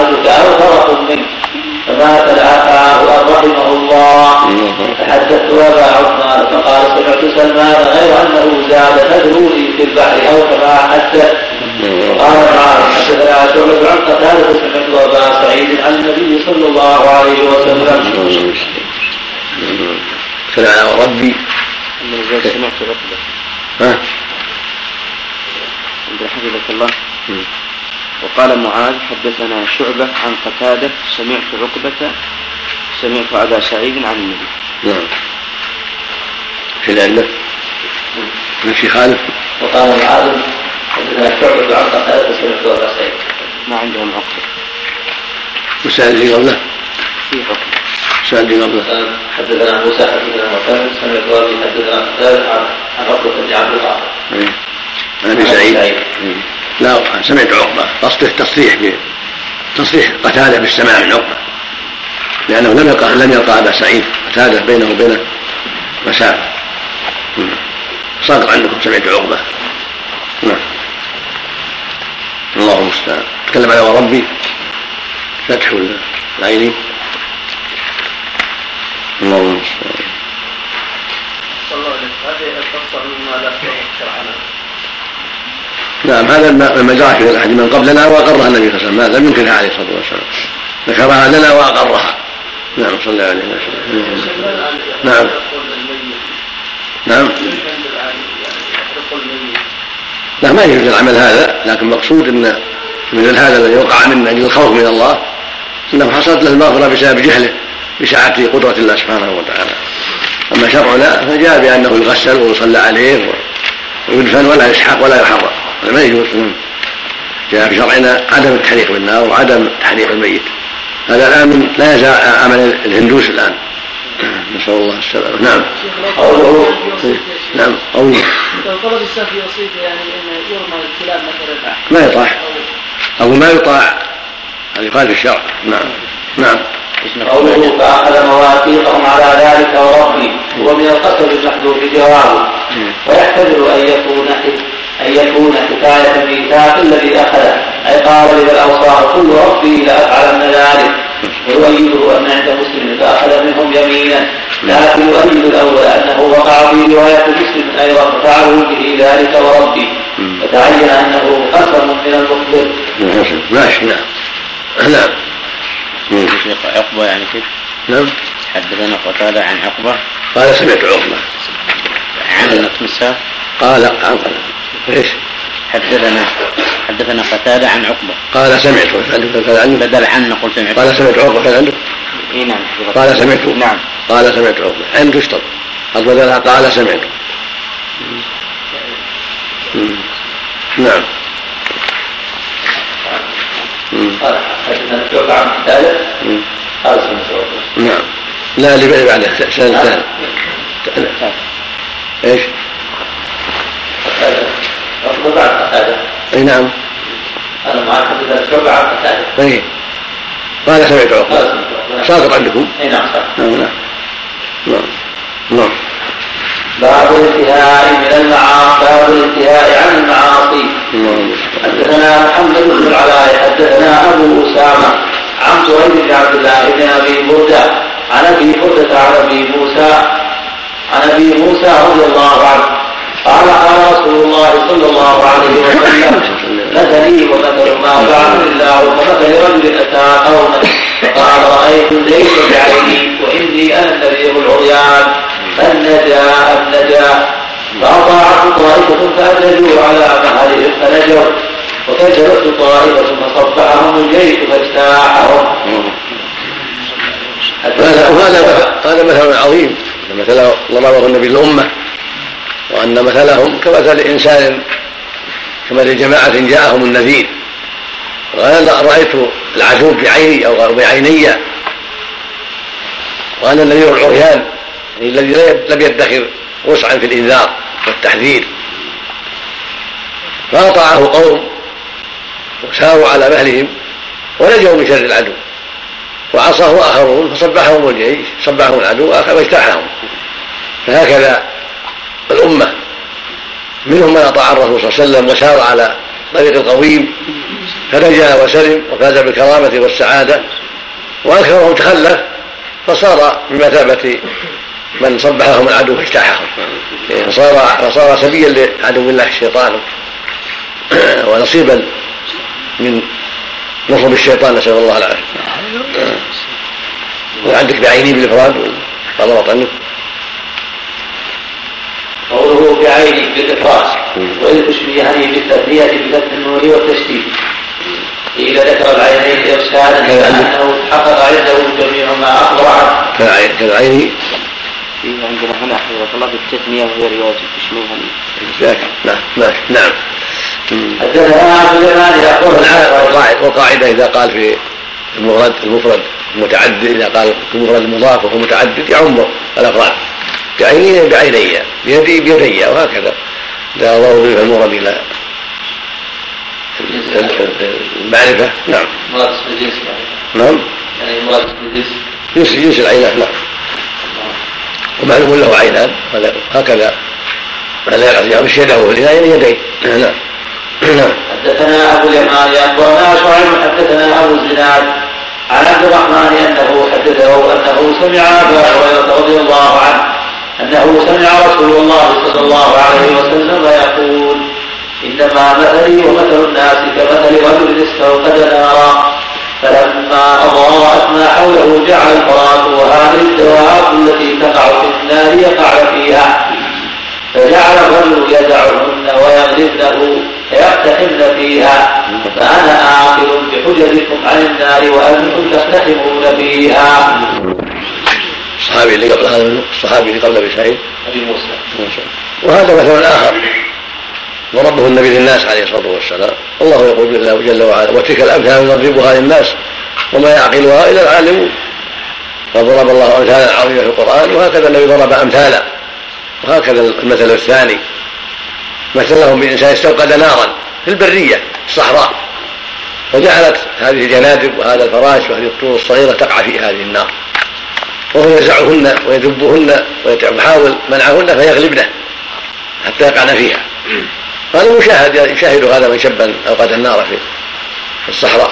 ولدك أو فرق منك فمات العفاء رحمه الله. فحدثت أبا عثمان فقال سمعت سلمان غير أنه زاد فادروني في البحر أو كما حدث. قال معاذ حدثنا شعبة عن قتادة سمعت أبا سعيد عن النبي صلى الله عليه وسلم. سمعنا وربي سمعت عقبة ها عند حفظك الله. وقال معاذ حدثنا شعبة عن قتادة سمعت عقبة سمعت أبا سعيد عن النبي. نعم. في العلة نفسي خالف. وقال معاذ حدثنا شعبة عن قتادة سمعت أبا سعيد. ما عندهم عقبة. وسأل لي قبله. في عقبة. سأل لي قبله. حدثنا موسى حدثنا وكان سمعت أبي حدثنا قتادة عن عقبة بن عبد القادر. أبي سعيد. لا سمعت عقبة قصده تصريح تصريح قتادة بالسماع من عقبة لأنه لم يلقى لم يلقى أبا سعيد قتادة بينه وبينه مسافة. صادق عنكم سمعت عقبة. نعم. الله المستعان. تكلم على وربي فتح العيني. الله المستعان. هذه القصة مما لا شرعنا. نعم هذا ما جرى في الأحد من قبلنا وأقرها النبي صلى الله عليه وسلم لم ينكرها عليه الصلاة والسلام ذكرها لنا وأقرها. نعم صلى الله عليه وسلم. نعم نعم لا ما يجوز العمل هذا لكن مقصود أن مثل هذا الذي وقع من أجل الخوف من الله أنه حصلت له المغفرة بسبب جهله بسعة قدرة الله سبحانه وتعالى. أما شرعنا فجاء بأنه يغسل ويصلى عليه ويدفن ولا يسحق ولا يحرق هذا ما يجوز. جاء في شرعنا عدم التحريق بالنار وعدم تحريق الميت. هذا الآن من لا يزال عمل الهندوس الآن نسأل الله السلامة. نعم قوله نعم قوله طلب السلف وصيته يعني أن يرمى الكلاب مثلا ما يطاع أو ما يطاع هذا يقال في الشرع. نعم نعم. قوله فأخذ مواثيقهم على ذلك وربي هو من القسم المحذوف جوابه ويحتمل أن يكون أن يكون حكاية الميثاق الذي أخذه أي قال لي بالأوصار كل ربي لأفعلن ذلك. ويؤيده أن عند مسلم فأخذ منهم يمينا لكن يؤيد الأول أنه وقع في رواية مسلم أيضا ففعلوا به ذلك وربي فتعين أنه قسم من المخبر. ماشي. نعم نعم. عقبة يعني كيف؟ نعم. حدثنا قتادة عن عقبة قال سمعت عقبة عن نفسه قال عن ايش؟ حدثنا حدثنا قتادة عن عقبة قال سمعت عندك بدل عن نقول سمعت. قال سمعت عقبة كان عندك؟ اي نعم. قال سمعت. نعم. قال سمعت عقبة عندك اشتر بدلها قال سمعت. نعم. قال حدثنا شعبة عن قتادة قال سمعت عقبة. نعم. لا اللي بعد سنة ثانية. ايش؟ عقبة بعد قتادة. اي نعم. أنا معك حدثنا شعبة عن قتادة. اي قال سمعت عقبة. صادق عندكم؟ اي نعم صادق. نعم نعم. نعم. باب الانتهاء من المعاصي باب الانتهاء عن المعاصي. حدثنا محمد بن العلاء حدثنا ابو اسامه عن سهيل بن عبد الله بن ابي برده عن ابي برده عن ابي موسى عن ابي موسى رضي الله عنه قال قال رسول الله صلى الله عليه وسلم مثلي ومثل ما فعل الله كمثل رجل اتى قوما فقال رايت ليس بعيني واني انا النذير العريان فالنجا النجا فأطاعته طائفة فأدلجوا على مهلهم فنجوا وكذبت طائفة فصفعهم الجيش فاجتاحهم. هذا مثل عظيم مثل ضربه النبي الأمة وأن مثلهم كمثل إنسان كمثل جماعة جاءهم النذير وأنا رأيت العدو بعيني أو بعيني وأنا النذير العريان الذي لم يدخر وسعا في الإنذار والتحذير فأطاعه قوم وساروا على مهلهم ونجوا من شر العدو وعصاه آخرون فصبحهم الجيش صبحهم العدو واجتاحهم. فهكذا الأمة منهم من أطاع الرسول صلى الله عليه وسلم وسار على طريق القويم فنجا وسلم وفاز بالكرامة والسعادة، وأكثرهم تخلف فصار بمثابة من صبحهم العدو فاجتاحهم، فصار, فصار سبيا لعدو الله الشيطان ونصيبا من نصب الشيطان، نسأل الله العافية. وعندك بعيني بالإفراد غلط عنك. قوله بعيني بالإفراد وإذ أشبهني بالتثنية بفتح النور والتشديد، إذا ذكر العينين إرسالا لأنه تحقق عنده جميع ما أخبر عنه. كالعيني عندنا هنا حفظك الله بالتثنية وهي رواية التشميل. نعم نعم نعم. والقاعدة إذا قال في المفرد المفرد المتعدد، إذا قال في المفرد المضاف وهو متعدد يعم الأفراد، بعيني بعيني، بيدي بيدي، وهكذا إذا أضاف المفرد إلى المعرفة. نعم. مراد اسم الجنس. نعم. يعني مراد اسم الجنس. جنس جنس العينان. نعم. ومعلوم له عينان هكذا لا يقصد مش يده والعين يديه. نعم. حدثنا أبو اليمان أخبرنا شعيب حدثنا أبو الزناد عن عبد الرحمن أنه حدثه أنه سمع أبا هريرة رضي الله عنه أنه سمع رسول الله صلى الله عليه وسلم يقول: إنما مثلي ومثل الناس كمثل رجل استوقد نارا فلما أضاءت ما حوله جعل الفراش وهذه الدواب التي تقع في النار يقع فيها، فجعل الرجل يدعهن ويغلبنه فيقتحمن فيها، فأنا آخذ بحجركم عن النار وأنتم تقتحمون فيها. الصحابي اللي قبل هذا الصحابي اللي قبل أبي سعيد أبي موسى. وهذا مثل آخر ضربه النبي للناس عليه الصلاة والسلام. الله يقول جل وعلا: وتلك الأمثال نضربها للناس وما يعقلها إلا العالمون. فضرب الله أمثالا عظيمة في القرآن، وهكذا النبي ضرب أمثالا. وهكذا المثل الثاني مثلهم بإنسان استوقد نارا في البرية الصحراء، وجعلت هذه الجنادب وهذا الفراش وهذه الطور الصغيرة تقع في هذه النار، وهو يزعهن ويذبهن ويحاول منعهن فيغلبنه حتى يقعن فيها. هذا مشاهد يشاهد هذا من شبا أوقد النار في الصحراء.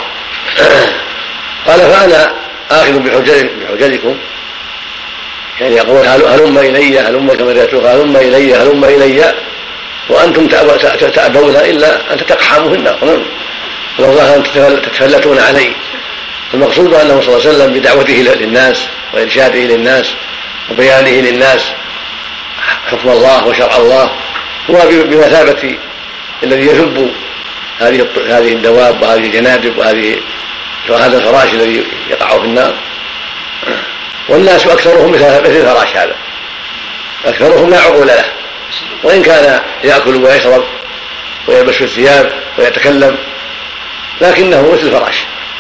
قال: فأنا آخذ بحجركم، يعني يقول: هلم إلي هلم كما رأيتوها هلم إلي هلم إلي وأنتم تأبون إلا أن تتقحموا النار، والله أن تتفلتون علي. المقصود أنه صلى الله عليه وسلم بدعوته للناس وإرشاده للناس وبيانه للناس حكم الله وشرع الله هو بمثابة الذي يذب هذه هذه الدواب وهذه الجنادب وهذه وهذا الفراش الذي يقع في النار. والناس أكثرهم مثل الفراش هذا، أكثرهم لا عقول له، وإن كان يأكل ويشرب ويلبس الثياب ويتكلم، لكنه مثل الفراش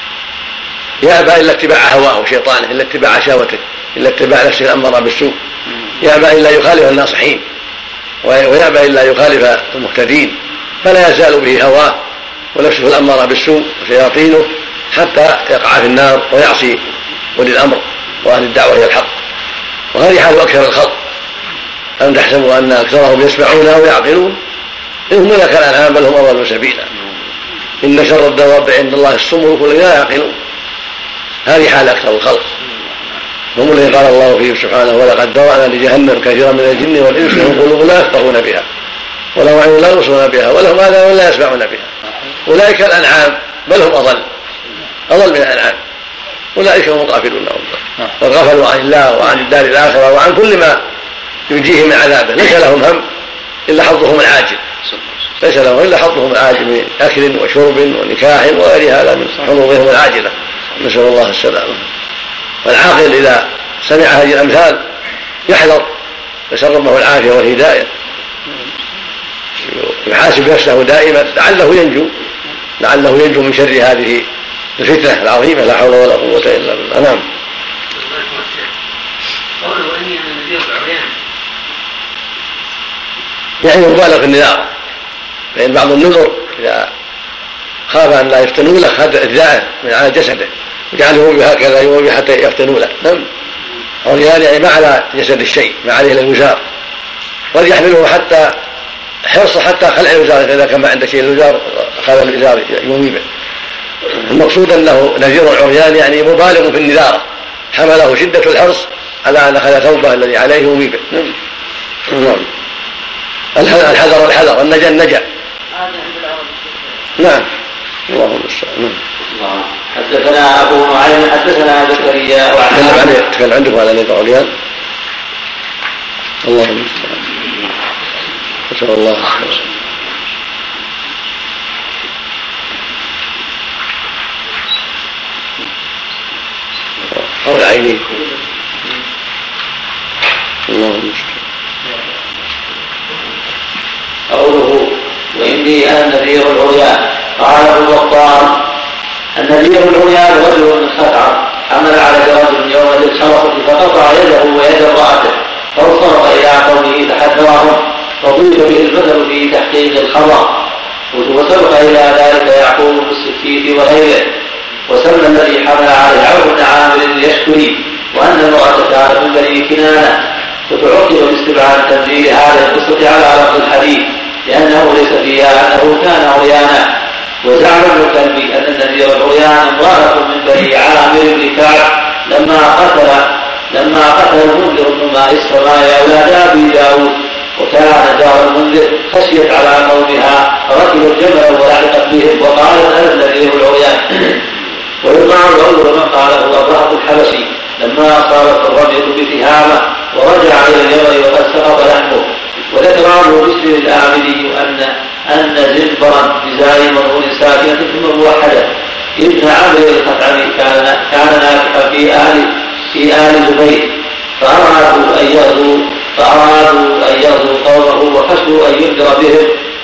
يأبى إلا اتباع هواه وشيطانه، إلا اتباع شهوته، إلا اتباع نفسه الأمر بالسوء، يأبى إلا يخالف الناصحين، ويأبى إلا يخالف المهتدين، فلا يزال به هواه ونفسه الأمر بالسوء وشياطينه حتى يقع في النار ويعصي ولي الأمر وأهل الدعوة إلى الحق. وهذه حال أكثر الخلق، أن تحسبوا أن أكثرهم يسمعون أو يعقلون، إنهم لا كالأنعام بل هم أضل سبيلا. إن شر الدواب عند الله الصم البكم لا يعقلون. هذه حال أكثر الخلق، هم الذي قال الله فيه سبحانه: ولقد ذرأنا لجهنم كثيرا من الجن والإنس لهم قلوب لا يفقهون بها ولهم عين لا يبصرون بها ولهم آذان لا يسمعون بها أولئك الأنعام بل هم أضل أضل من الأنعام، أولئك هم الغافلون. قد غفلوا عن الله وعن الدار الآخرة وعن كل ما ينجيهم من عذابه، ليس لهم هم إلا حظهم العاجل، ليس لهم إلا حظهم العاجل من أكل وشرب ونكاح وغير هذا من حظوظهم العاجلة، نسأل الله السلامة. والعاقل إذا سمع هذه الأمثال يحذر، يسأل ربه العافية والهداية، يحاسب نفسه دائما لعله ينجو لعله ينجو من شر هذه الفتنة العظيمة، لا حول ولا قوة إلا بالله. نعم. يعني مبالغ في النذار، فإن بعض النذر إذا خاف أن لا يفتنوا له خد إذاعه من على جسده وجعله بهكذا يوم حتى يفتنوا له. نعم. ولهذا يعني ما على جسد الشيء، ما عليه إلا الوزار، قد يحمله حتى حرص حتى خلع الوزار، إذا كان ما عنده شيء الوزار خلع الوزار يومي به، المقصود أنه نذير العريان يعني مبالغ في النذارة، حمله شدة الحرص على أن أخذ ثوبه الذي عليه وميبه. نعم. الحذر الحذر، النجا النجا. نعم. اللهم المستعان. حدثنا أبو نعيم حدثنا زكريا تكلم عليه تكلم عندكم على نذر العريان. اللهم المستعان. نسأل الله الخير. أو العينين. اللهم المستعان. قوله وإني أنا النذير العريان. قال ابو بطال النذير العريان رجل من خثعم حمل على رجل يوم للشرفة فقطع يده ويد امرأته فانصرف إلى قومه فحذرهم فضيف به المثل في تحقيق الخبر وسبق إلى ذلك يعقوب بالسكيت وغيره وسمى الذي حمل عليه عوف بن عامر ليشكري وأن المرأة كانت من بني كنانة فتعقب باستبعاد تنزيل هذه القصة على لفظ الحديث لأنه ليس فيها أنه كان عريانا. وزعم ابن كلبي أن النذير العريان امرأة من بني عامر بن كعب لما قتل لما قتل المنذر بن مائس فما أولاد أبي داود وكان دار المنذر خشيت على قومها فركبت جملا ولحقت بهم وقالت أنا النذير العريان. ويقال عذر من قاله أبرهة الحبشي لما أصابت الرمية بتهامة ورجع إلى اليمن وقد سقط لحمه. وذكر ابو مسلم الآمدي أن أن زنبرا بزاي مرهون ساكنة ثم موحدة ابن عمرو الخثعمي كان كان ناكحا في آل في آل زبير فأرادوا أن يغزوا فأرادوا أن يغزوا قومه وخشوا أن ينذر بهم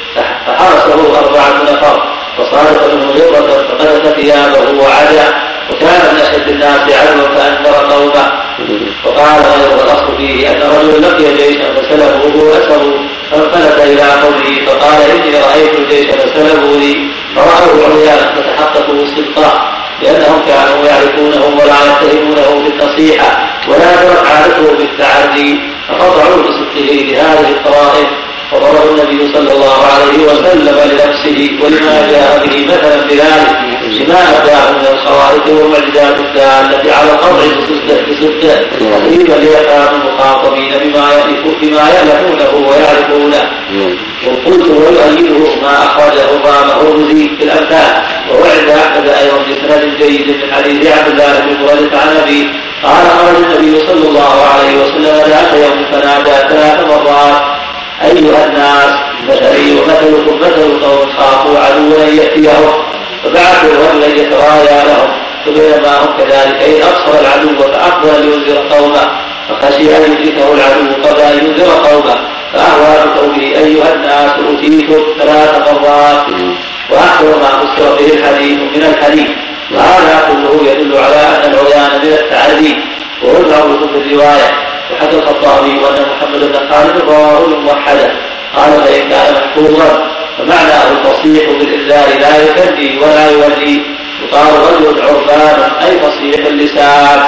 فحرسه أربعة نفر فصارت منه غرة فقدت ثيابه وعدا وكان من أشد الناس عدوا فأنذر قومه. وقال غير الأصل فيه أن رجل لقي جيشا فسلبه أسره فانفلت إلى قومه فقال إني رأيت الجيش فسلبوا لي فرأوا عريانا فتحققوا الصدقاء لأنهم كانوا يعرفونه ولا يتهمونه بالنصيحة ولا ترك عادته بالتعدي فقطعوا بصدقه لهذه القرائن. فضرب النبي صلى الله عليه وسلم لنفسه ولما جاء به مثلا بذلك لما أتاه من الخوارق والمعجزات الدالة على القطع بصدقه تقريبا ليفهم المخاطبين بما يعلمونه ويعرفونه. وقلت ويؤيده ما أخرجه مهروزي في الأمثال ووعد أحمد أيضا بسند جيد من حديث عبد الله بن مريض عن أبي قال خرج النبي صلى الله عليه وسلم ذات يوم فنادى ثلاث مرات أيها الناس مثلي ومثلكم مثل قوم خافوا عدوا يأتيهم فبعثوا رجلا يترايا لهم فبينما هم كذلك إذ أبصر العدو فأقبل لينذر قومه فخشي أن يدركه العدو قبل أن ينذر قومه فأهوى بقوله أيها الناس أوتيتم ثلاث مرات وأحسن ما فسر به الحديث من الحديث. وهذا كله يدل على أن العريان من التعدي وهو المعروف في الرواية. وحكى الخطابي وأن محمد بن خالد رواه موحدا قال فإن كان محفوظا فمعناه الفصيح بالإنذار لا يكذب ولا يولي يقال رجل عربان أي فصيح اللسان.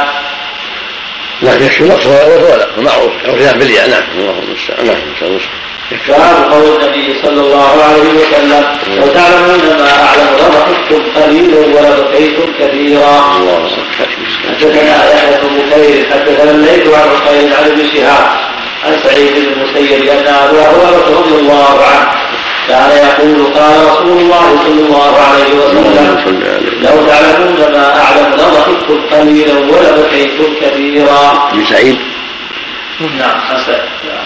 لكن يكفي المقصود ولا معروف عريان بالياء. نعم. اللهم المستعان. باب قول النبي صلى الله عليه وسلم لو تعلمون ما أعلم لضحكتم قليلا ولبكيتم كثيرا. حدثنا يحيى بن بكير حدثنا الليث عن عقيل عن ابن شهاب عن سعيد بن المسيب أن أبا هريرة رضي الله عنه كان يقول قال رسول الله صلى الله عليه وسلم لو تعلمون ما أعلم لضحكتم قليلا ولبكيتم كثيرا. ابن سعيد. نعم حسن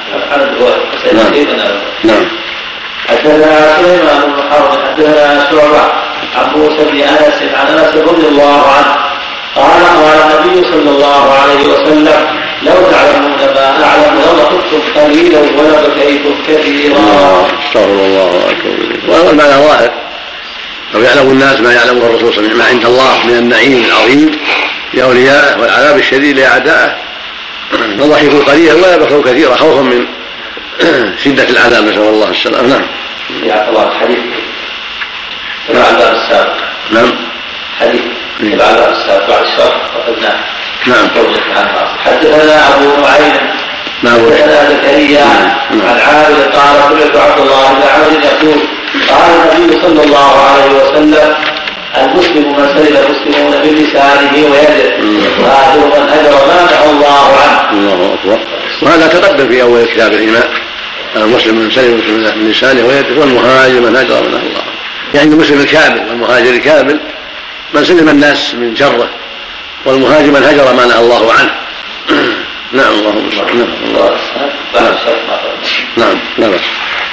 نعم. حدثنا سليمان بن حرب حدثنا شعبة عن موسى بن أنس عن أنس رضي الله عنه قال قال النبي صلى الله عليه وسلم لو تعلمون ما أعلم لضحكتم قليلا ولبكيتم كثيرا. استغفر الله أكبر. وهذا المعنى ظاهر لو يعلم الناس ما يعلمه الرسول صلى الله عليه وسلم ما عند الله من النعيم العظيم لأوليائه والعذاب الشديد لأعدائه فضحكوا قليلا ولا بكوا كثيرا خوفا من شدة العذاب نسأل الله السلامة. نعم. يا الله حديث تبع الباب السابق. نعم. حديث تبع الباب السابق بعد الشرح وقدناه. نعم. حدثنا أبو نعيم حدثنا زكريا عن عامر قال سمعت عبد الله بن عمرو يقول قال النبي صلى الله عليه وسلم المسلم من سلم المسلمون بلسانه ويده وآخر من هجر ما نهى الله عنه. الله أكبر. وهذا تقدم في أول كتاب الإيمان، المسلم من سلم المسلمون بلسانه ويده والمهاجر من هجر ما نهى الله عنه. يعني المسلم الكامل والمهاجر الكامل من سلم الناس من شره، والمهاجر من هجر ما نهى الله عنه. نعم. اللهم صل على نعم. لا بأس.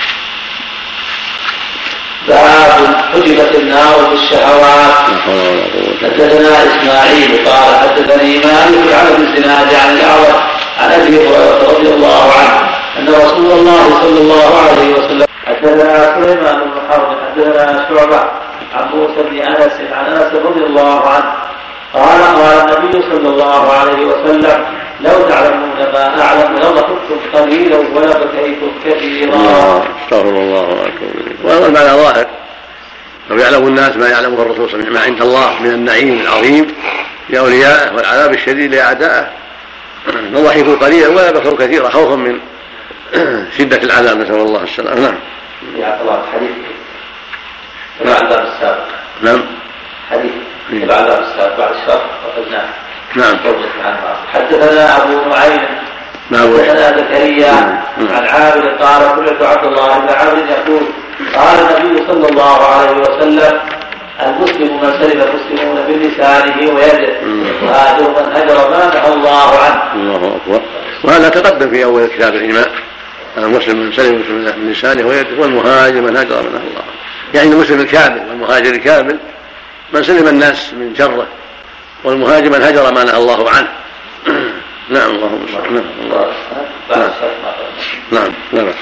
باب حجبت النار بالشهوات. حدثنا اسماعيل قال حدثني مالك عن ابي الزناد عن الاعرج عن ابي هريره رضي الله عنه ان رسول الله صلى الله عليه وسلم. حدثنا سليمان بن حرب حدثنا شعبه عن موسى بن انس عن انس رضي الله عنه قال قال النبي صلى الله عليه وسلم لو تعلمون ما اعلم لضحكتم قليلا ولبكيتم كثيرا. استغفر الله واتوب. وهذا المعنى ظاهر، لو يعلم الناس ما يعلمه الرسول صلى الله عليه وسلم ما عند الله من النعيم العظيم لاوليائه والعذاب الشديد لاعدائه لضحكوا قليلا ولبكوا كثيرا خوفا من شده العذاب، نسال الله السلامه. نعم. يا الله حديث تبع الباب السابق. نعم. حديث تبع الباب السابق بعد الشرح وقلناه. نعم. حدثنا أبو نعيم حدثنا زكريا عن عابد قال سمعت عبد الله بن عابد يقول قال النبي صلى الله عليه وسلم المسلم من سلم المسلمون بلسانه ويده وآخر من هجر ما نهى الله عنه. الله أكبر. وهذا تقدم في أول كتاب الإيمان، المسلم من سلم المسلمون بلسانه ويده والمهاجر من هجر ما نهى الله عنه. يعني المسلم الكامل والمهاجر الكامل من سلم الناس من شره، والمهاجر من هجر ما نهى الله عنه. نعم. اللهم صل على نعم. نعم. لا بأس.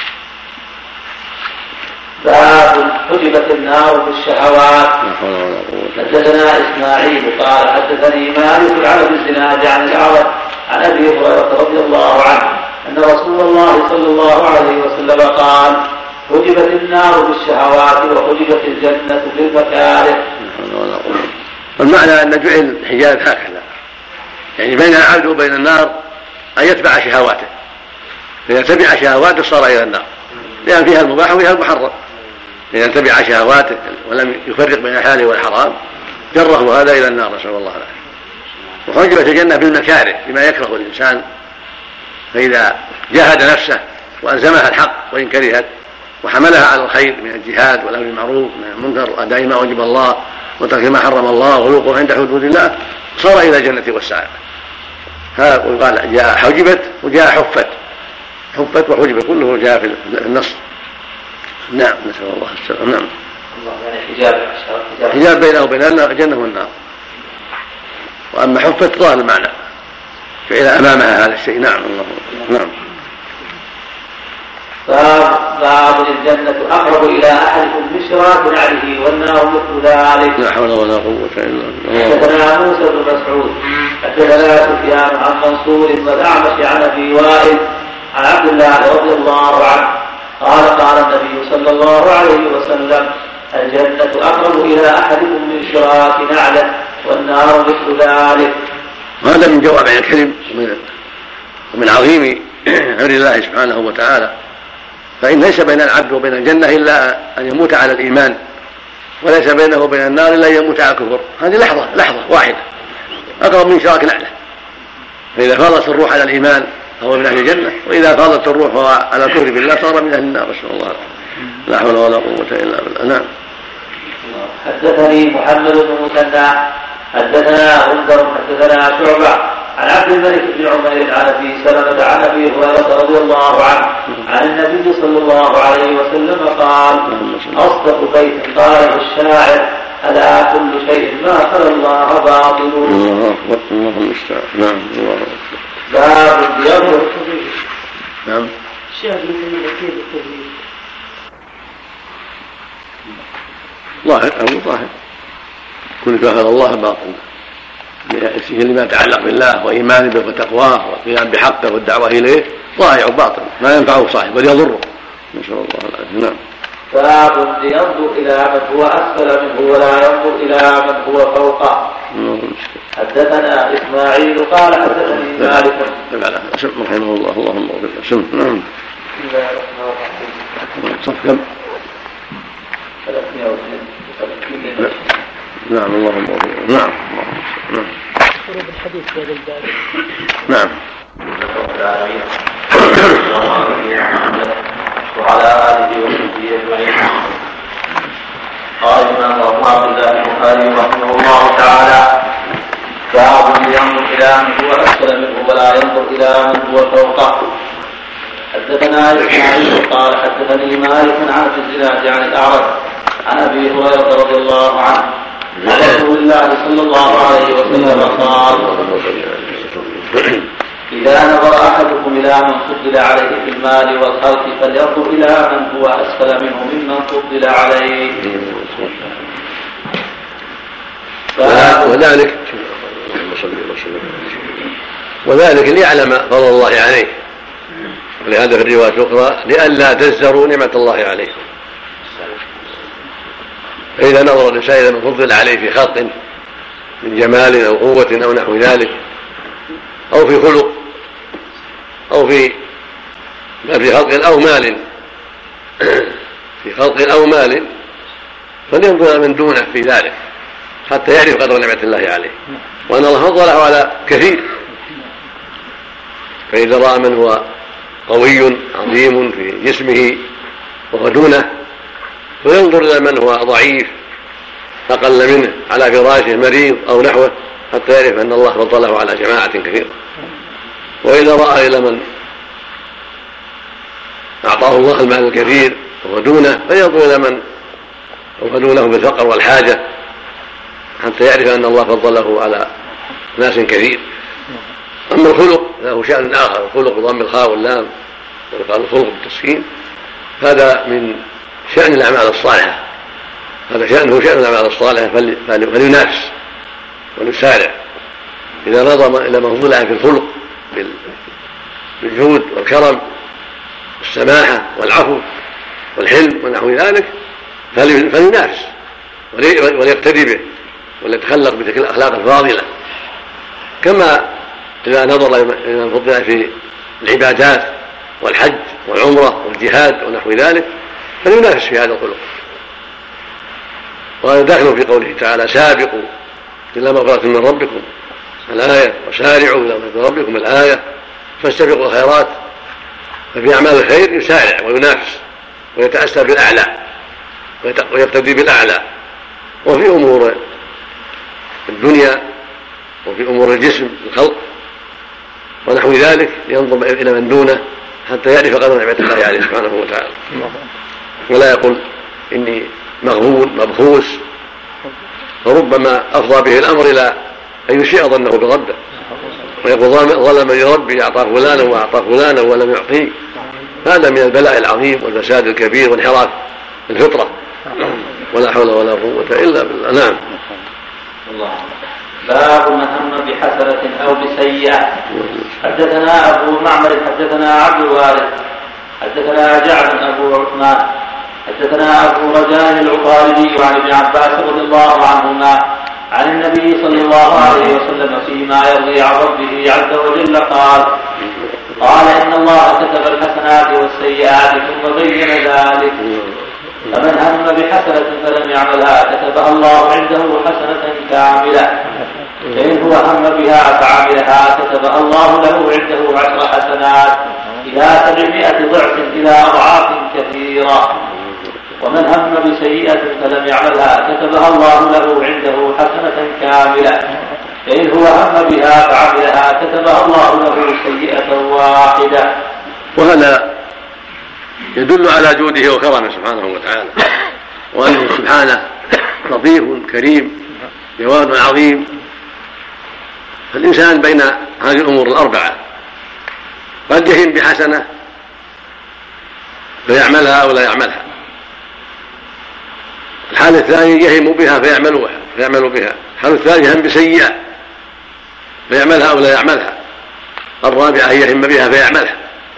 باب حجبت النار بالشهوات. حدثنا اسماعيل قال حدثني مالك عن ابي الزناد عن الاعرج عن ابي هريره رضي الله عنه ان رسول الله صلى الله عليه وسلم قال حجبت النار بالشهوات وحجبت الجنه بالمكاره. والمعنى أن جعل الحجاب هكذا، يعني بين العبد وبين النار أن يتبع شهواته، فإذا تبع شهواته صار إلى النار، لأن فيها المباح وفيها المحرم. إذا تبع شهواته ولم يفرق بين الحلال والحرام جره هذا إلى النار، نسأل الله العافية. وحجبت الجنة بالمكاره بما يكره الإنسان، فإذا جاهد نفسه وألزمها الحق وإن كرهت وحملها على الخير من الجهاد والأمر بالمعروف من المنكر وأداء ما وجب الله وترك ما حرم الله والوقوف عند حدود الله صار إلى الجنة والسعادة. هذا قال جاء حجبت وجاء حفت، حفت وحجبت كله جاء في النص. نعم. نسأل الله السلامة. نعم. حجاب بينه وبين الجنة والنار. وأما حفت ظاهر المعنى فعل أمامها هذا الشيء. نعم. الله. نعم. باب الجنة أقرب إلى أحدكم من شراك نعله والنار مثل ذلك. لا حول ولا قوة إلا بالله. حدثنا موسى بن مسعود حدثنا سفيان عن منصور والأعمش عن أبي وائل عن عبد الله رضي الله عنه قال قال النبي صلى الله عليه وسلم الجنة أقرب إلى أحدكم من شراك نعله والنار مثل ذلك. وهذا من جوامع الكلم ومن عظيم أمر الله سبحانه وتعالى، فإن ليس بين العبد وبين الجنة إلا أن يموت على الإيمان، وليس بينه وبين النار إلا أن يموت على الكفر. هذه لحظة لحظة واحدة أقرب من شراك نعله. فإذا فاضت الروح على الإيمان فهو من أهل الجنة، وإذا فاضت الروح على الكفر بالله صار من أهل النار، نسأل الله. لا حول ولا قوة إلا بالله. نعم. حدثني محمد بن مثنى حدثنا غندر حدثنا شعبة عن عبد الملك بن عمير عن ابي سلمة عن ابي هريرة رضي الله عنه عن النبي صلى الله عليه وسلم قال اصدق بيت قاله الشاعر الا كل شيء ما خلا الله باطل. الله اكبر. الله المستعان. نعم. الله اكبر. باب الديار والتوحيد. نعم. الشاهد من الاكيد التوحيد ظاهر أو ظاهر كل كافر الله باطل لما يتعلق بالله وإيمان به وتقواه والقيام بحقه والدعوة إليه ضائع باطل ما ينفعه صاحب بل يضره، نسأل الله العافية. نعم. باب ينظر إلى من هو أسفل منه ولا ينظر إلى من هو فوقه. حدثنا إسماعيل قال حدثني مالك رحمه الله. اللهم اغفر له. نعم. بسم الله الرحمن الرحيم. صف كم؟ ثلاثمائة واثنين. نعم اللهم نعم نعم فروض الحديث في هذا الباب. نعم. وعلى آله وصحبه أجمعين. قال الإمام أبو عبد الله البخاري رحمه الله تعالى: باب ينظر إلى من هو أسفل منه ولا ينظر إلى من هو فوقه. حدثنا إسماعيل قال حدثني مالك عن الزناد عن الأعرج عن أبي هريرة رضي الله عنه عن رسول الله صلى الله عليه وسلم قال: إذا نظر أحدكم إلى من فضل عليه في المال والخلق فلينظر إلى من هو أسفل منه ممن فضل عليه. وذلك وذلك ليعلم فضل الله عليه، ولهذا في الرواية الأخرى لئلا تزدروا نعمة الله عليه. فإذا نظر الإنسان إلى من فضل عليه في خلق من جمال أو قوة أو نحو ذلك، أو في خلق، أو في في خلق أو مال في خلق أو مال فلينظر من دونه في ذلك حتى يعرف قدر نعمة الله عليه، وأن الله فضله على كثير. فإذا رأى من هو قوي عظيم في جسمه وهو دونه فينظر إلى من هو ضعيف أقل منه على فراشه مريض أو نحوه حتى يعرف أن الله فضله على جماعة كثيرة. وإذا رأى إلى من أعطاه الله المال الكثير وهو دونه فينظر إلى من هو دونه بالفقر والحاجة حتى يعرف أن الله فضله على ناس كثير. أما الخلق له شأن آخر، الخلق بضم الخاء واللام ويقال الخلق بالتسكين، هذا من شأن الأعمال الصالحة، هذا شأنه شأن الأعمال الصالحة فلينافس ونسارع. إذا نظر إلى من فضل في الخلق بالجود والكرم والسماحة والعفو والحلم ونحو ذلك فلينافس وليقتدي به وليتخلق بتلك الأخلاق الفاضلة. كما إذا نظر إلى من فضل في العبادات والحج والعمرة والجهاد ونحو ذلك فلينافس في هذا الخلق. وهذا داخل في قوله تعالى: سابقوا إلى مغفرة من ربكم الآية، وسارعوا إلى مغفرة ربكم الآية، فاستبقوا الخيرات. ففي أعمال الخير يسارع وينافس ويتأسى بالأعلى ويقتدي بالأعلى. وفي أمور الدنيا وفي أمور الجسم الخلق ونحو ذلك ينظر إلى من دونه حتى يعرف قدر نعمة الله عليه سبحانه وتعالى، ولا يقول إني مغبون مبخوس، فربما أفضى به الأمر إلى أن يشيء ظنه بربه ويقول ظلمني ربي أعطاه فلانا وأعطاه فلانا ولم يعطيه. هذا من البلاء العظيم والفساد الكبير وانحراف الفطرة، ولا حول ولا قوة إلا بالله. نعم. الله. باب من هم بحسنة أو بسيئة. حدثنا أبو معمر حدثنا عبد الوارث حدثنا جعفر أبو عثمان حدثنا أبو رجاء العقاربي عن ابن عباس رضي الله عنهما عن النبي صلى الله عليه وسلم فيما يرضي عن ربه عز وجل قال: قال إن الله كتب الحسنات والسيئات ثم بين ذلك، فمن هم بحسنة فلم يعملها كتبها الله عنده حسنة كاملة، فإن هو هم بها فعملها كتبها الله له عنده عشر حسنات إلى سبعمائة ضعف إلى أضعاف كثيرة. ومن هم بسيئة فلم يعملها كتبها الله له عنده حسنة كاملة، فإن هو هم بها فعملها كتبها الله له سيئة واحدة. وهذا يدل على جوده وكرمه سبحانه وتعالى، وأنه سبحانه لطيف كريم جواد عظيم. فالإنسان بين هذه الأمور الأربعة، قد يهم بحسنة فيعملها أو لا يعملها. الحال الثاني يهم بها فيعمل فيعمل بها. الحال الثاني يهم بسيئة فيعملها أو لا يعملها. الرابعة يهم بها فيعملها.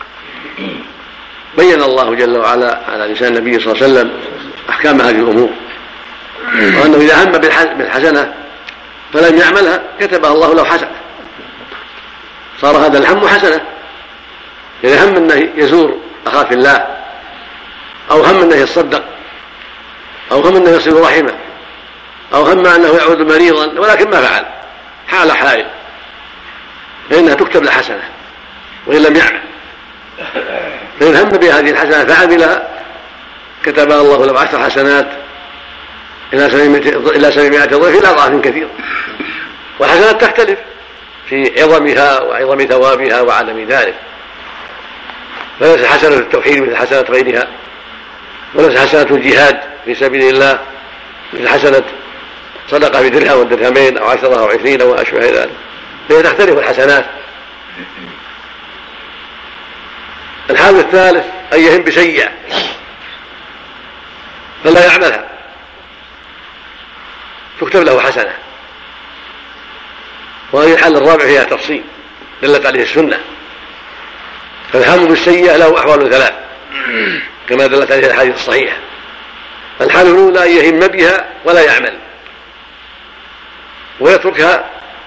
بين الله جل وعلا على لسان النبي صلى الله عليه وسلم أحكام هذه الأمور، وأنه إذا هم بالحسنة فلم يعملها كتبها الله له حسنة، صار هذا الهم حسنة. إذا هم أنه يزور أخاه في الله، أو هم أنه يتصدق، أو هم أنه يصل رحمه، أو هم أنه يعود مريضا ولكن ما فعل حال حائل فإنها تكتب له حسنة وإن لم يعمل. فإن هم بهذه الحسنة فعملها كتبها الله له عشر حسنات إلى سبعمائة ضعف إلى أضعاف كثيرة. والحسنات تختلف في عظمها وعظم ثوابها وعدم ذلك، فليس حسنة التوحيد مثل حسنة غيرها، وليس حسنة الجهاد في سبيل الله مثل حسنة صدقة بدرهم ودرهمين أو عشرة أو عشرين أو أشبه ذلك، فهي تختلف الحسنات. الحال الثالث أن يهم بسيئة فلا يعملها تكتب له حسنة. وهذه الحال الرابع فيها تفصيل دلت عليه السنة. فالهم بالسيئة له أحوال ثلاث كما دلت عليه الحديث الصحيح. الحال الأولى أن يهم بها ولا يعمل ويتركها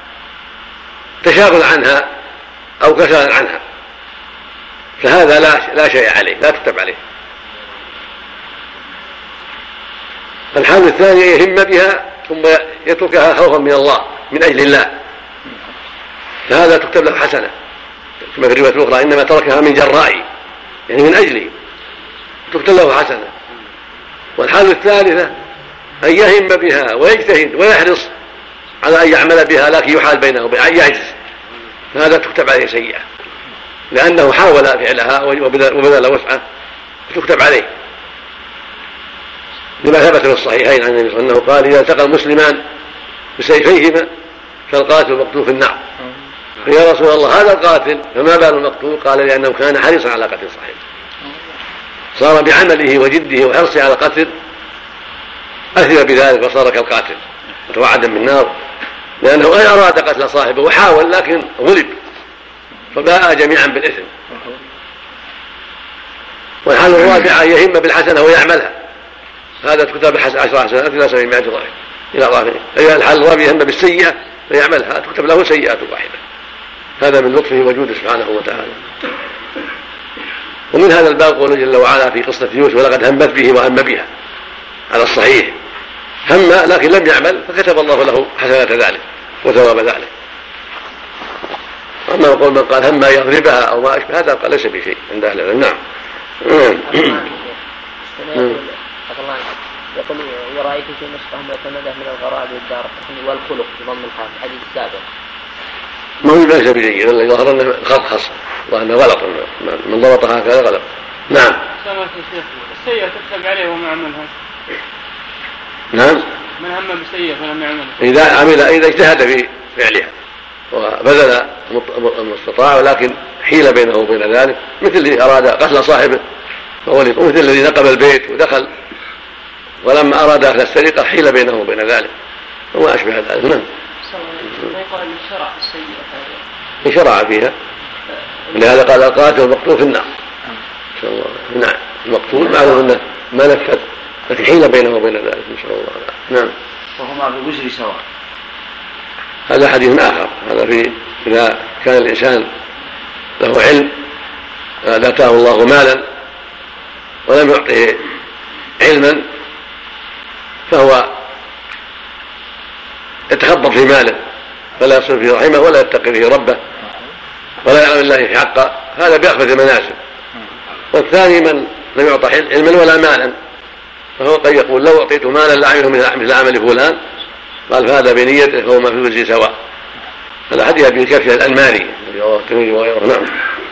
تشاغل عنها أو كسلا عنها، فهذا لا, لا شيء عليه، لا تكتب عليه. الحال الثاني يهم بها ثم يتركها خوفا من الله من أجل الله، فهذا تكتب له حسنة كما في الرواية الأخرى إنما تركها من جرائي يعني من أجلي، تكتب له حسنة. والحال الثالثة أن يهم بها ويجتهد ويحرص على أن يعمل بها لكن يحال بينه وبين أن يعجز، فهذا تكتب عليه سيئة لأنه حاول فعلها وبذل وسعه تكتب عليه، لما ثبت في الصحيحين عن النبي صلى الله عليه وسلم قال إذا التقى المسلمان بسيفيهما فالقاتل مقتول في النار. فيا رسول الله هذا القاتل فما بال المقتول؟ قال لأنه كان حريصا على قتل صاحبه، صار بعمله وجده وحرصه على قتل أثر بذلك وصار كالقاتل وتوعد من النار، لأنه أراد قتل صاحبه وحاول لكن غلب فباء جميعا بالإثم. والحال الرابعة يهم بالحسنة ويعملها، هذا تكتب عشر حسنات إلى سبعمائة ضعف إلى ضعف. أيها الحال الرابع يهم بالسيئة فيعملها تكتب له سيئة واحدة. هذا من لطفه وجوده سبحانه وتعالى. ومن هذا الباب قوله جل وعلا في قصة يوسف ولقد همت به وهم بها على الصحيح، هم لكن لم يعمل فكتب الله له حسنات ذلك وثواب ذلك. أما قول من قال هم يضربها أو ما أشبه هذا قال ليس بشيء عند أهل العلم. نعم. يقول ورأيت في نسخة معتمدة من الغرائب والدار والخلق بضم الخاء الحديث السابق. ما هو ليس بشيء الذي ظهر أنه خط خاص وأنه غلط من ضبطها هكذا غلط. نعم. السيئة تكتب عليه وما عملها. نعم. من هم بسيئة فلم يعملها. إذا عمل إذا اجتهد في فعلها وبذل المستطاع ولكن حيل بينه وبين ذلك، مثل الذي أراد قتل صاحبه فولد، ومثل الذي نقب البيت ودخل ولما أراد أخذ السرقة حيل بينه وبين ذلك وما أشبه ذلك. نعم. يقال الشرع السيئة شرع فيها، ولهذا قال القاتل المقتول في النار. إن شاء الله. نعم. المقتول معلوم أنه ما نفذ لكن حيل بينه وبين ذلك إن شاء الله. نعم. وهما بالوزر سواء. هذا حديث آخر. هذا في إذا كان الإنسان له علم آتاه الله مالا ولم يعطه علما فهو يتخبط في ماله فلا يصل فيه رحمه ولا يتقي فيه ربه ولا يعلم الله في حقه، هذا بيأخذ المناسب. والثاني من لم يعطى علما ولا مالا فهو قد يقول لو أعطيت مالا لعمله مثل عمل فلان، قال فهذا بنيته فهو ما في الوزر سواء. هذا حديث ابن كثير الأنماري رواه الترمذي وغيره. نعم.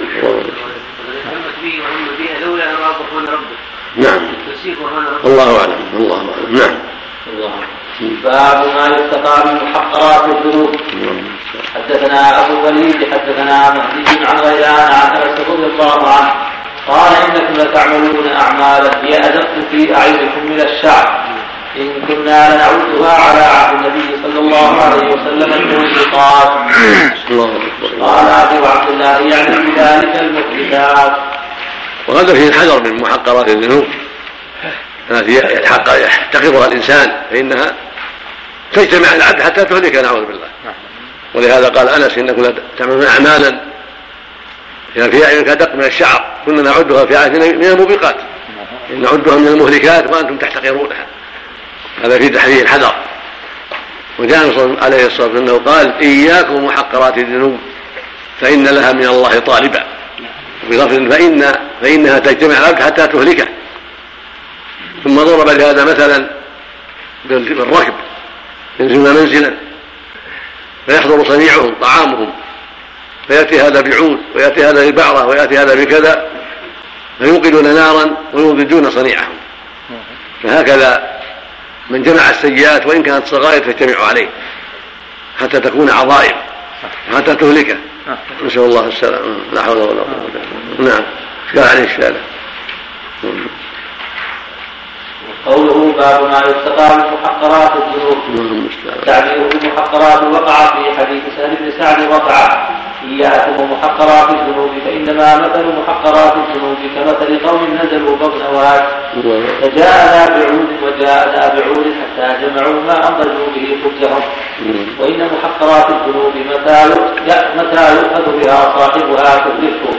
لولا أن ربكم ربك. نعم. الله أعلم. الله أعلم. نعم. باب ما يستطاع من محقرات الذنوب. حدثنا أبو الوليد حدثنا مهدي عن غيلان عن أنس رضي الله عنه قال إنكم لتعملون أعمالا هي أدق في أعينكم من الشعر إن كنا لنعدها على عهد النبي صلى الله عليه وسلم الموبقات. قال أبو عبد الله يعني بذلك المحدثات. وهذا فيه الحذر من محقرات الذنوب التي يحتقرها الإنسان فإنها تجتمع العبد حتى تهلك نعوذ بالله. ولهذا قال أنس إنكم تعملون أعمالا يعني في أعينك أدق من الشعر كنا نعدها في أعيننا من الموبقات، نعدها من المهلكات وأنتم تحتقرونها. هذا في تحذير الحذر وجاء عليه الصلاة والسلام أنه قال إياكم محقرات الذنوب فإن لها من الله طالبا، وفي لفظ فإن فإنها تجتمع العبد حتى تهلكه. ثم ضرب لهذا مثلا بالركب، ينزلون منزلا فيحضر صنيعهم طعامهم، فيأتي هذا بعود ويأتي هذا ببعرة ويأتي هذا بكذا، فيوقدون نارا ويوقدون صنيعهم. فهكذا من جمع السيئات وإن كانت صغائر تجتمع عليه حتى تكون عظائم حتى تهلكه، نسأل الله السلامة. لا حول ولا قوة إلا بالله. نعم. قال عليه السلام. قوله باب ما يتقى من محقرات الذنوب، تعبيره بمحقرات وقع في حديث سهل بن سعد وقع إياكم ومحقرات الذنوب فإنما مثل محقرات الذنوب كمثل قوم نزلوا بطن واد فجاء ذا بعود وجاء ذا بعود حتى جمعوا ما أنضجوا به خبزهم. وإن محقرات الذنوب متى يؤخذ بها صاحبها تدركه.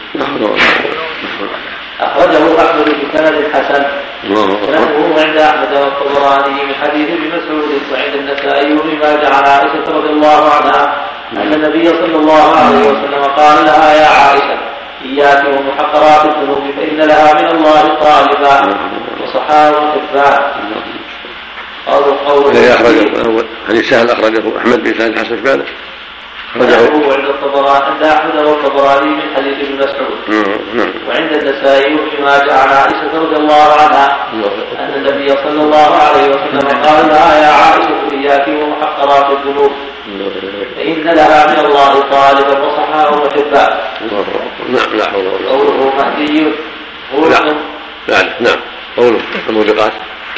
أخرجه أحمد بسند حسن له عند أحمد والطبراني من حديث ابن مسعود وعند النسائي وما جعل عائشة رضي الله عنها أن النبي صلى الله عليه وسلم قال لها يا عائشة إياك ومحقرات الذنوب فإن لها من الله طالبا وصحاه حبان. حديث سهل أخرجه أحمد بسند حسن فعلا أخرجه عند الطبراني عند أحمد والطبراني من حديث ابن مسعود وعند النسائي وفيما جاء عن عائشة رضي الله عنها أن النبي صلى الله عليه وسلم قال لها يا عائشة إياك ومحقرات الذنوب فإن لها من الله طالبا وصحاه وحبا. نعم. لا حول ولا قوة. قوله مهدي نعم نعم قوله الموبقات.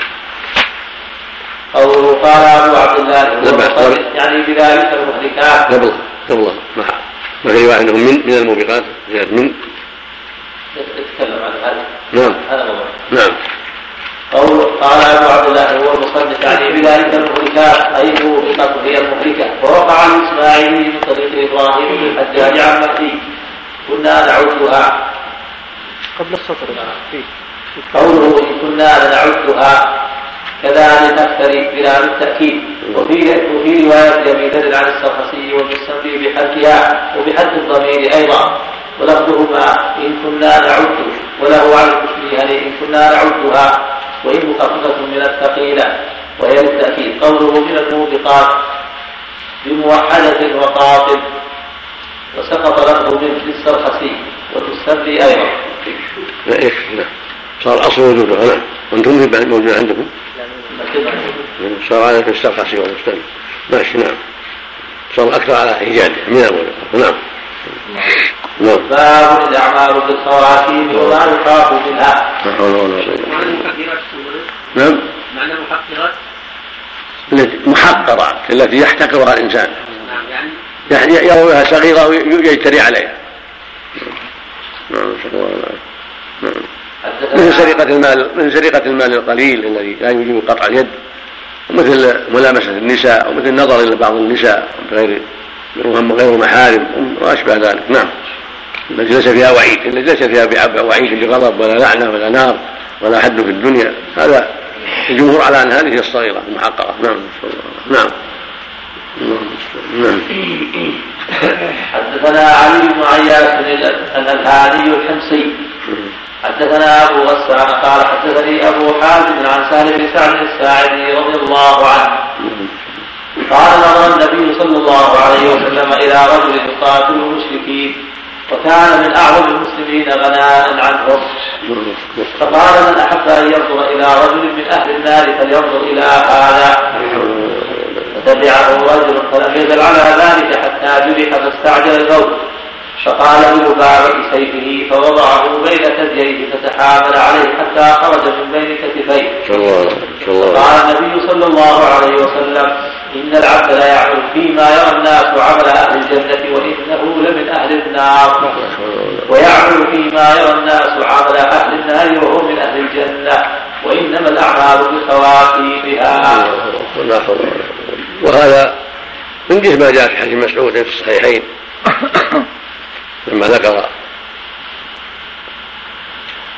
قوله قال أبو عبد الله يعني بذلك المهلكات. قبل قبل ما في واحد من من الموبقات من يتكلم عن هذا. نعم نعم. قوله قال أبو عبد الله هو المصنف يعني بذلك المهلكات أي الموبقات هي المهلكة. ووقع الإسماعيلي من طريق إبراهيم بن الحجاج عن مهدي كنا نعدها قبل السطر. قوله إن كنا لنعدها كذلك نفتري بلا بالتأكيد. وفي وفي رواية أبي ذر عن السرخسي والمستنفي بحذفها وبحذف الضمير أيضا ولفظهما إن كنا نعد وله عن المشبهين إن كنا نعدها وإن مخففة من الثقيلة وهي للتأكيد. قوله من الموبقات بموحدة وقاطب وسقط لفظ منه في السرخسي وتستنفي أيضا. صار أصل وجوده وأنتم موجود عندكم صار على السرخسي والمستنفي ماشي. نعم صار أكثر على إيجاده من أول. نعم. نعم. باب الأعمال بالخواتيم وما يخاف منها. نعم. معنى محقرات محقرات التي يحتقرها الإنسان. نعم يعني يروها صغيرة ويجتري عليها. نعم. نعم. مثل سرقة المال من سرقة المال القليل الذي لا يجب قطع اليد، ومثل ملامسة النساء ومثل النظر إلى بعض النساء غير غير محارم وأشبه ذلك. نعم. التي ليس فيها وعيد التي ليس فيها وعيد لغضب ولا لعنة ولا نار ولا حد في الدنيا، هذا الجمهور على أن هذه الصغيرة المحقرة. نعم. نعم. نعم. حدثنا علي بن عياش الألهاني الحمصي حدثنا أبو غسان قال حدثني أبو حازم عن سهل بن سعد الساعدي رضي الله عنه قال نظر النبي صلى الله عليه وسلم إلى رجل يقاتل المشركين وكان من أعظم المسلمين غناء عنهم، فقال من أحب أن ينظر إلى رجل من أهل النار فلينظر إلى هذا، فتبعه رجل فلم يزل على ذلك حتى جرح فاستعجل الموت، فقال بلبابة سيفه فوضعه بين ثدييه فتحامل عليه حتى خرج من بين كتفيه. فقال النبي صلى الله عليه وسلم إن العبد لا يعمل فيما يرى الناس عمل أهل الجنة وإنه لمن أهل النار، ويعمل فيما يرى الناس عمل أهل النار وهو من أهل الجنة، وإنما الأعمال بخواتيمها. وهذا من جهة ما جاء في حديث مسعود في الصحيحين لما ذكر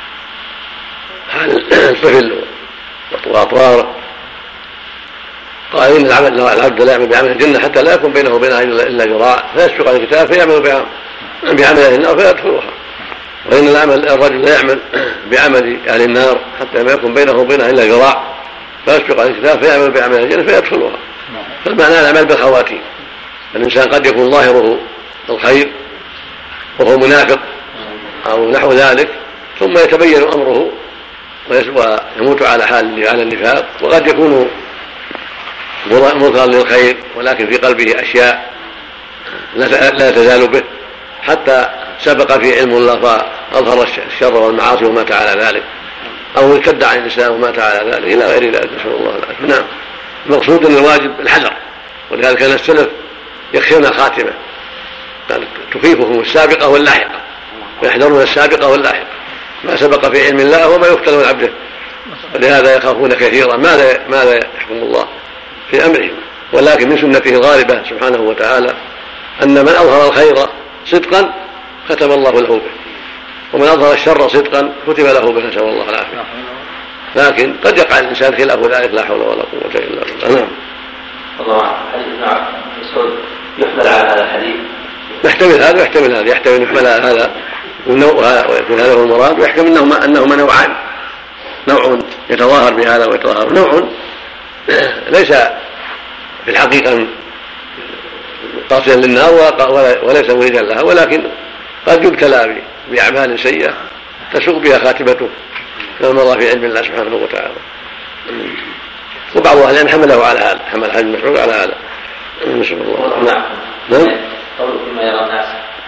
حال الطفل وأطواره قال إن العبد لا يعمل بعمل الجنة حتى لا يكون بينه وبينها إلا ذراع فيسبق على الكتاب فيعمل بعمل أهل النار فيدخلها، وإن العمل الرجل لا يعمل بعمل أهل النار حتى ما يكون بينه وبينها إلا ذراع فيسبق على الكتاب فيعمل بعمل أهل الجنة فيدخلها. فالمعنى العمل بالخواتيم، الإنسان قد يكون ظاهره الخير وهو منافق أو نحو ذلك ثم يتبين أمره ويموت على حال على النفاق، وقد يكون مظهرا للخير ولكن في قلبه أشياء لا تزال به حتى سبق في علم الله فأظهر الشر والمعاصي ومات على ذلك، أو ارتد عن الإسلام ومات على ذلك إلى غير ذلك، نسأل الله العافية. نعم، المقصود أن الواجب الحذر، ولذلك كان السلف يخشون الخاتمة، تخيفهم السابقة واللاحقة ويحذرون السابقة واللاحقة، ما سبق في علم الله وما يفتن من عبده، ولهذا يخافون كثيرا ماذا ماذا يحكم الله في أمرهم. ولكن من سنته الغالبة سبحانه وتعالى أن من أظهر الخير صدقا ختم الله له به، ومن أظهر الشر صدقا كتب له به، نسأل الله العافية. لكن قد يقع الإنسان خلاف ذلك، لا حول ولا قوة إلا بالله. نعم. الله حديث ابن مسعود يحمل على هذا الحديث، يحتمل هذا ويحتمل هذا، يحتمل يحمل على هذا ويكون هذا هو المراد، ويحتمل أنهما أنهما نوعان، نوع يتظاهر بهذا ويتظاهر، نوع ليس في الحقيقة قاصدا للنار وليس مريدا لها، ولكن قد يبتلى بأعمال سيئة تسوء بها خاتمته كما مضى في علم الله سبحانه وتعالى. وبعض أهل العلم حمله على هذا، حمل حديث مسعود على هذا، نسأل الله. نعم. نعم. قوله فيما يرى الناس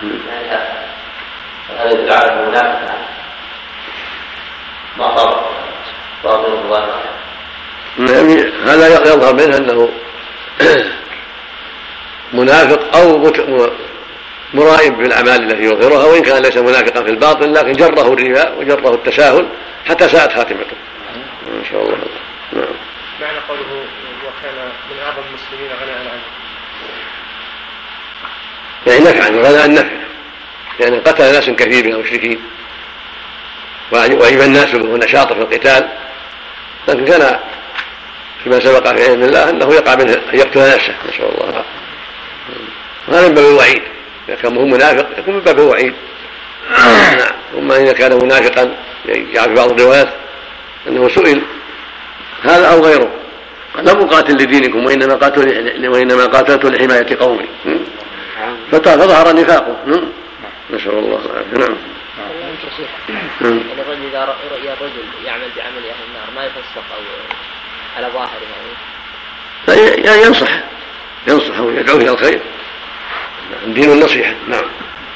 هذا يدل على منافقة ما طبع باطل الظاهر. يعني هذا يظهر منه أنه منافق أو مرائب بالأعمال التي يظهرها، وإن كان ليس منافقا في الباطن لكن جره الرياء وجره التساهل حتى ساءت خاتمته، إن شاء الله. نعم. معنى قوله وكان من أعظم المسلمين غناء عنه، يعني نفعا وغناء النفع، يعني قتل ناس كثير من المشركين وعجب الناس ونشاطه في القتال، لكن كان فيما سبق في علم الله أنه يقع منه أن يقتل نفسه، نسأل الله. هذا من باب الوعيد، إذا كان هو منافق يكون من باب الوعيد. نعم. ثم إذا كان منافقا جاء في بعض الروايات أنه سئل هذا أو غيره لم أقاتل لدينكم وإنما قاتلت وإنما قاتلت لحماية قومي، فظهر نفاقه. نسأل الله العافية. نعم. يعني الرجل إذا رأي الرجل يعمل بعمل أهل النار ما يفسق أو على ظاهره يعني؟ يعني ينصح ينصح ويدعو إلى الخير، دين النصيحة. نعم.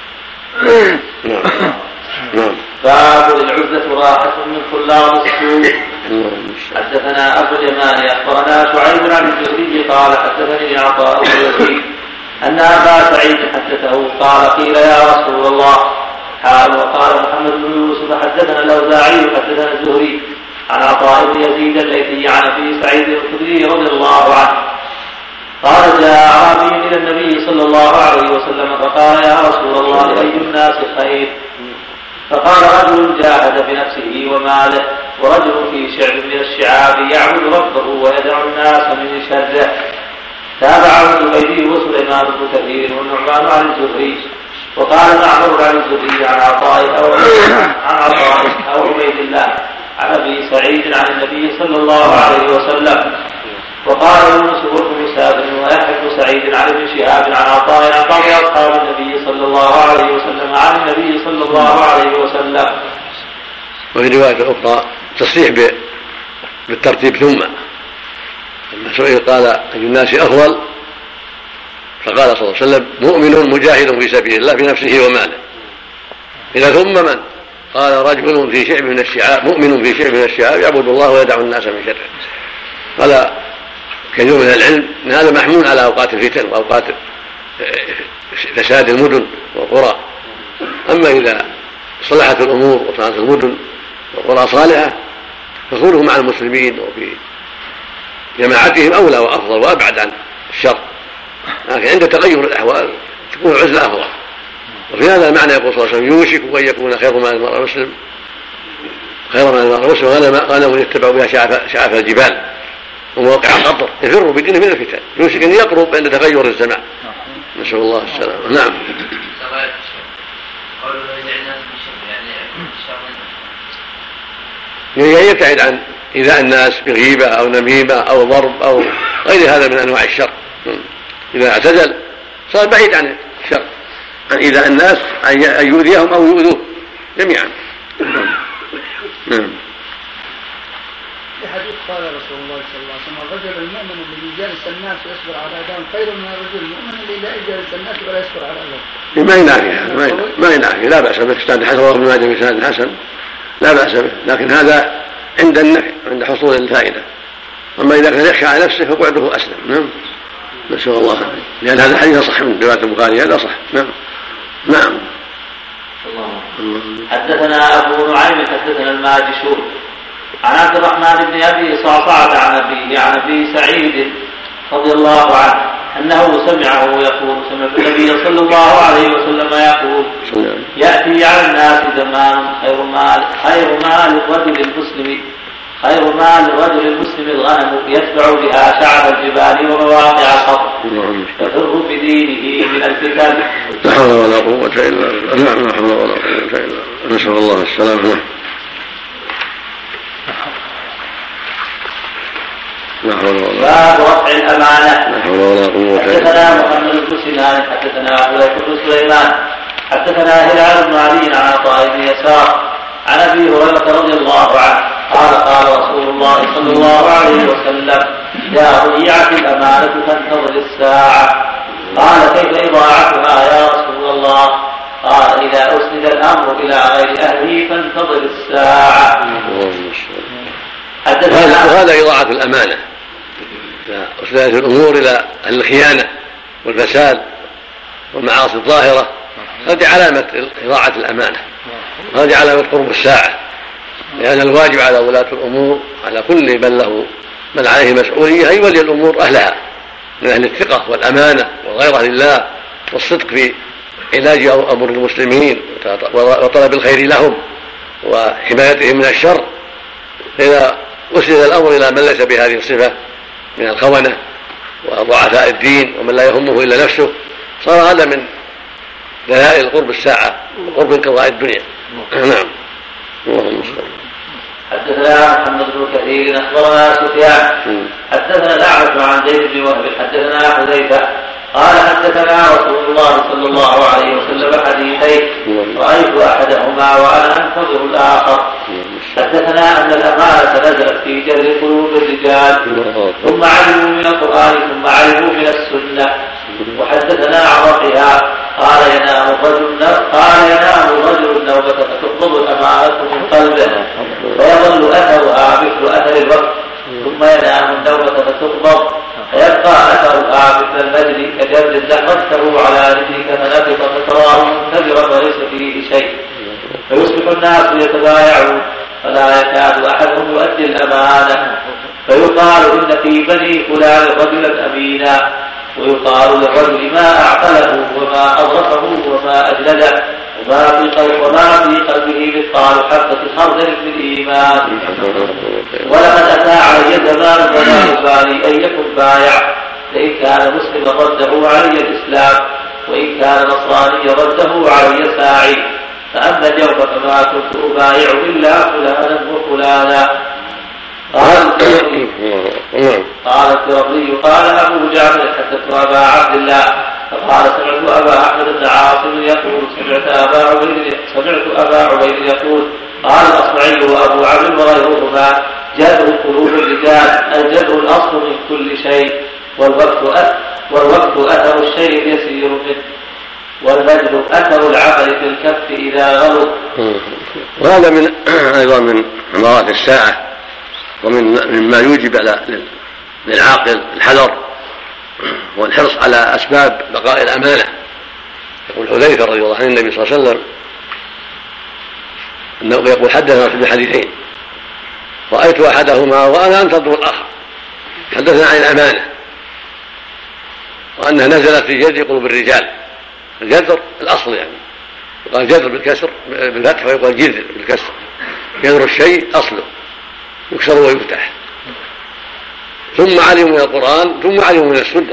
نعم. نعم. باب العزلة راحة من خلاص السوء. حدثنا أبو اليمان أخبرنا شعيب عن الزهري قال حدثني عطاء بن يزيد أن أبا سعيد حدثه قال قيل يا رسول الله حال وقال محمد بن يوسف حدثنا الأوزاعي حدثنا الزهري عن عطاء بن يزيد الليثي عن أبي سعيد الخدري رضي الله عنه قال جاء أعرابي إلى النبي صلى الله عليه وسلم فقال يا رسول الله أي الناس خير؟ فقال رجل جاهد بنفسه وماله ورجل في شعب من الشعاب يعبد ربه ويدع الناس من شره. تابعه الزبيدي وسليمان بن كثير والنعمان عن الزهري. وقال معمر عن الزهري عن عطاء أو عن عطاء أو عبيد الله عن أبي سعيد عن النبي صلى الله عليه وسلم. وقال يونس بن سعد ويحيى بن سعيد عن ابن شهاب عن عطاء عن بعض أصحاب النبي صلى الله عليه وسلم عن النبي صلى الله عليه وسلم. وفي رواية أخرى تصريح بالترتيب ثم لما سئل قال أي الناس أفضل فقال صلى الله عليه وسلم مؤمن مجاهد في سبيل الله بنفسه وماله. إلى ثم من؟ قال رجل في شعب من الشعاب مؤمن في شعب من الشعاب يعبد الله ويدع الناس من شره. قال كثير من العلم ان هذا محمول على اوقات الفتن واوقات فساد المدن والقرى. اما اذا صلحت الامور وصارت المدن والقرى صالحه فكونه مع المسلمين وفي جماعتهم اولى وافضل وابعد عن الشر، لكن عند تغير الاحوال تكون العزله افضل. وفي هذا المعنى يقول صلى الله عليه وسلم يوشك ان يكون خير ما المرء المسلم خير ما المرء المسلم غنم يتبع بها شعف الجبال، ومواقع خطر يفر بدينه من الفتن، يوشك ان يقرب عند تغير الزمان. نسأل الله السلامة. نعم. يعني يبتعد عن إيذاء الناس بغيبة أو نميمة أو ضرب أو غير هذا من أنواع الشر. إذا اعتزل صار بعيد عن الشر، عن إيذاء الناس، أن يؤذيهم أو يؤذوه جميعا. نعم. في حديث قال رسول الله صلى الله عليه وسلم: الرجل المؤمن الذي يجالس الناس ويصبر على أذاهم خير من الرجل المؤمن الذي لا يجالس الناس ولا يصبر على أذاهم. ما ينافي ما ينافي لا بأس به. إسناد حسن وابن ماجه بإسناد حسن لا بأس به، لكن هذا عند النفع، عند حصول الفائدة. أما إذا كان يخشى على نفسه فقعده أسلم. نعم. نسأل الله، لأن هذا الحديث صح من رواية البخاري، هذا صح. نعم. نعم. حدثنا أبو نعيم حدثنا الماجشون عن عبد الرحمن بن أبي صعصعة عن أبيه عن أبي سعيد رضي الله عنه أنه سمعه يقول: سمعت النبي صلى الله عليه وسلم يقول: يأتي على الناس زمان خير مال خير مال الرجل المسلم خير مال الرجل المسلم الغنم يتبع بها شعب الجبال ومواقع الخطر يفر بدينه من الفتن. لا حول ولا قوة إلا بالله. لا حول ولا قوة إلا بالله. نسأل الله السلامة. باب رفع الأمانة. لا حول ولا قوة. حدثنا محمد بن سنان حدثنا حذيفة بن سليمان حدثنا هلال بن علي عن عطاء بن يسار عن أبي هريرة رضي الله عنه قال: قال رسول الله صلى الله عليه وسلم: إذا ضيعت الأمانة فانتظر الساعة. قال: كيف إضاعتها يا رسول الله؟ قال: إذا أسند الأمر إلى غير أهله فانتظر الساعة. وهذا إضاعة الأمانة، أسندت الأمور إلى الخيانة والفساد والمعاصي الظاهرة، هذه علامة إضاعة الأمانة، وهذه علامة قرب الساعة. لأن الواجب على ولاة الأمور، على كل من له من عليه مسؤولية، أن يولي الأمور أهلها من أهل الثقة والأمانة والغيرة لله والصدق في علاج أمور المسلمين وطلب الخير لهم وحمايتهم من الشر. إذا أسند الأمر إلى من ليس بهذه الصفة من الخونة وضعفاء الدين ومن لا يهمه إلا نفسه، صار هذا من دلائل قرب الساعة وقرب انقضاء الدنيا. نعم. اللهم صل. حدثنا محمد بن كثير اخبرنا سفيان حدثنا الاعرج عن زيد بن وهب حدثنا حذيفه قال: حدثنا رسول الله صلى الله عليه وسلم حديثين رايت احدهما وانا انتظر الاخر. حدثنا ان الامانه نزلت في جر قلوب الرجال ثم علموا من القران ثم علموا من السنه. وحدثنا عن رفعها قال: ينام الرجل قال ينام الرجل النوبة فتقبض الأمانة من قلبه ويظل أثرها مثل أثر الوقت، ثم ينام النوبة فتقبض فيبقى أثرها مثل المجري كجرد زحرته على رجلك فنفق فتراه منتظرا وليس فيه شيء، فيصبح الناس يتبايعون فلا يكاد أحدهم يؤدي الأمانة، فيقال: إن في بني فلان رجلا أمينا، ويقال للرجل: ما أعقله وما أظرفه وما أجلده وما في قلبه وما في قلبه مثقال حبة خردل من الإيمان. ولقد أتى علي زمان ولا أبالي أن يكن بايع، فإن كان مسلما رده علي الإسلام، وإن كان نصرانيا رده علي ساعي، فأما اليوم فما كنت أبايع إلا فلانا وفلانا. قال قال الترمذي: قال أبو جعفر: حدثت أبا عبد الله فقال: سمعت أبا أحمد بن عاصم يقول: سمعت أبا عبيد سمعت أبا عبيد يقول: قال الأصمعي وأبو عبد وغيرهما: جذر قلوب الرجال الجذر الأصل من كل شيء، والوقت والوقت أثر الشيء اليسير منه، والبذل أثر العمل في الكف إذا غلط. وهذا من أيضا من أمارات الساعة ومن مما يوجب على للعاقل الحذر والحرص على أسباب بقاء الأمانة. يقول حذيفة رضي الله عنه النبي صلى الله عليه وسلم أنه يقول: حدثنا في حديثين رأيت أحدهما وأنا أنتظر الآخر. حدثنا عن الأمانة وأنها نزلت في جذر قلوب الرجال. الجذر الأصل يعني يقال جذر بالكسر بالفتح ويقال جذر بالكسر. جذر الشيء أصله يكسر ويفتح، ثم علموا من القرآن ثم علموا من السنة،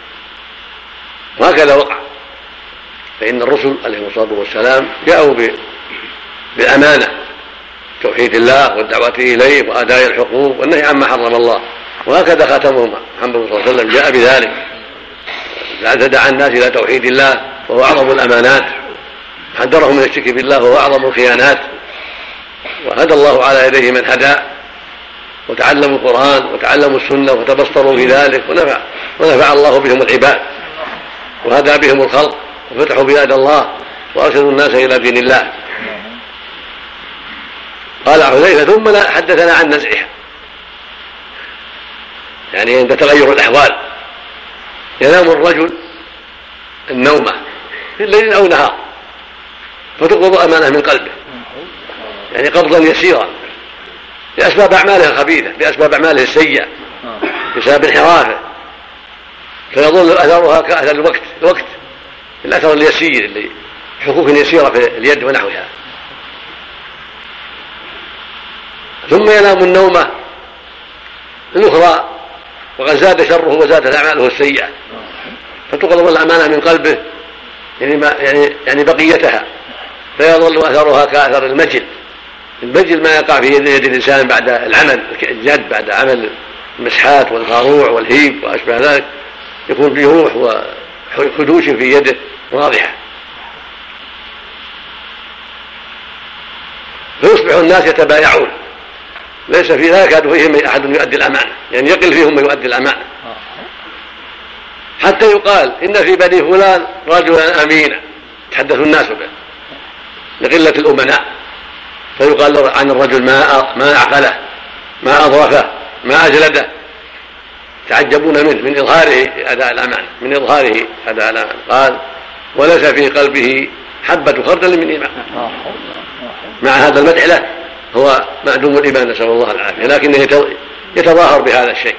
وهكذا وقع. فإن الرسل عليهم الصلاة والسلام جاءوا بالأمانة، توحيد الله والدعوة إليه وأداء الحقوق والنهي عما حرم الله، وهكذا خاتمهم محمد صلى الله عليه وسلم جاء بذلك، دعا الناس إلى توحيد الله وهو أعظم الأمانات، حذرهم من الشرك بالله وهو أعظم الخيانات، وهدى الله على يديه من هدى، وتعلموا القرآن وتعلموا السنة وتبصروا في ذلك، ونفع, ونفع الله بهم العباد وهدى بهم الخلق وفتحوا بلاد الله وأرشدوا الناس إلى دين الله. قال حذيفة ثم حدثنا عن نزعها، يعني عند تغير الأحوال ينام الرجل النومة في الليل أو نهار فتقبض أمانة من قلبه، يعني قبضا يسيرا بأسباب أعماله الخبيثة، بأسباب أعماله السيئة، بسبب انحرافه، فيظل أثرها كأثر الوقت الوقت الأثر اليسير اللي حقوق يسيرة في اليد ونحوها. ثم ينام النومة الأخرى وقد زاد شره وزادت أعماله السيئة فتقبض الأمانة من قلبه، يعني, ما يعني, يعني بقيتها، فيظل أثرها كأثر المجل. المجل ما يقع في يد الإنسان بعد العمل الجد، بعد عمل المسحات والقاروع والهيب وأشبه ذلك، يكون فيه روح وخدوش في يده واضحة، فيصبح الناس يتبايعون، ليس في لا يكاد فيهم أحد يؤدي الأمانة، يعني يقل فيهم من يؤدي الأمانة، حتى يقال إن في بني فلان رجلا أمينا تحدث الناس به لقلة الأمناء، فيقال عن الرجل ما ما عقله ما أظرفه ما أجلده، تعجبون منه من إظهاره أداء الأمانة، من إظهاره أداء الأمانة. قال وليس في قلبه حبة خردل من إيمان. مع هذا المدح له هو معدوم الإيمان نسأل الله العافية، لكنه يتظاهر بهذا الشيء.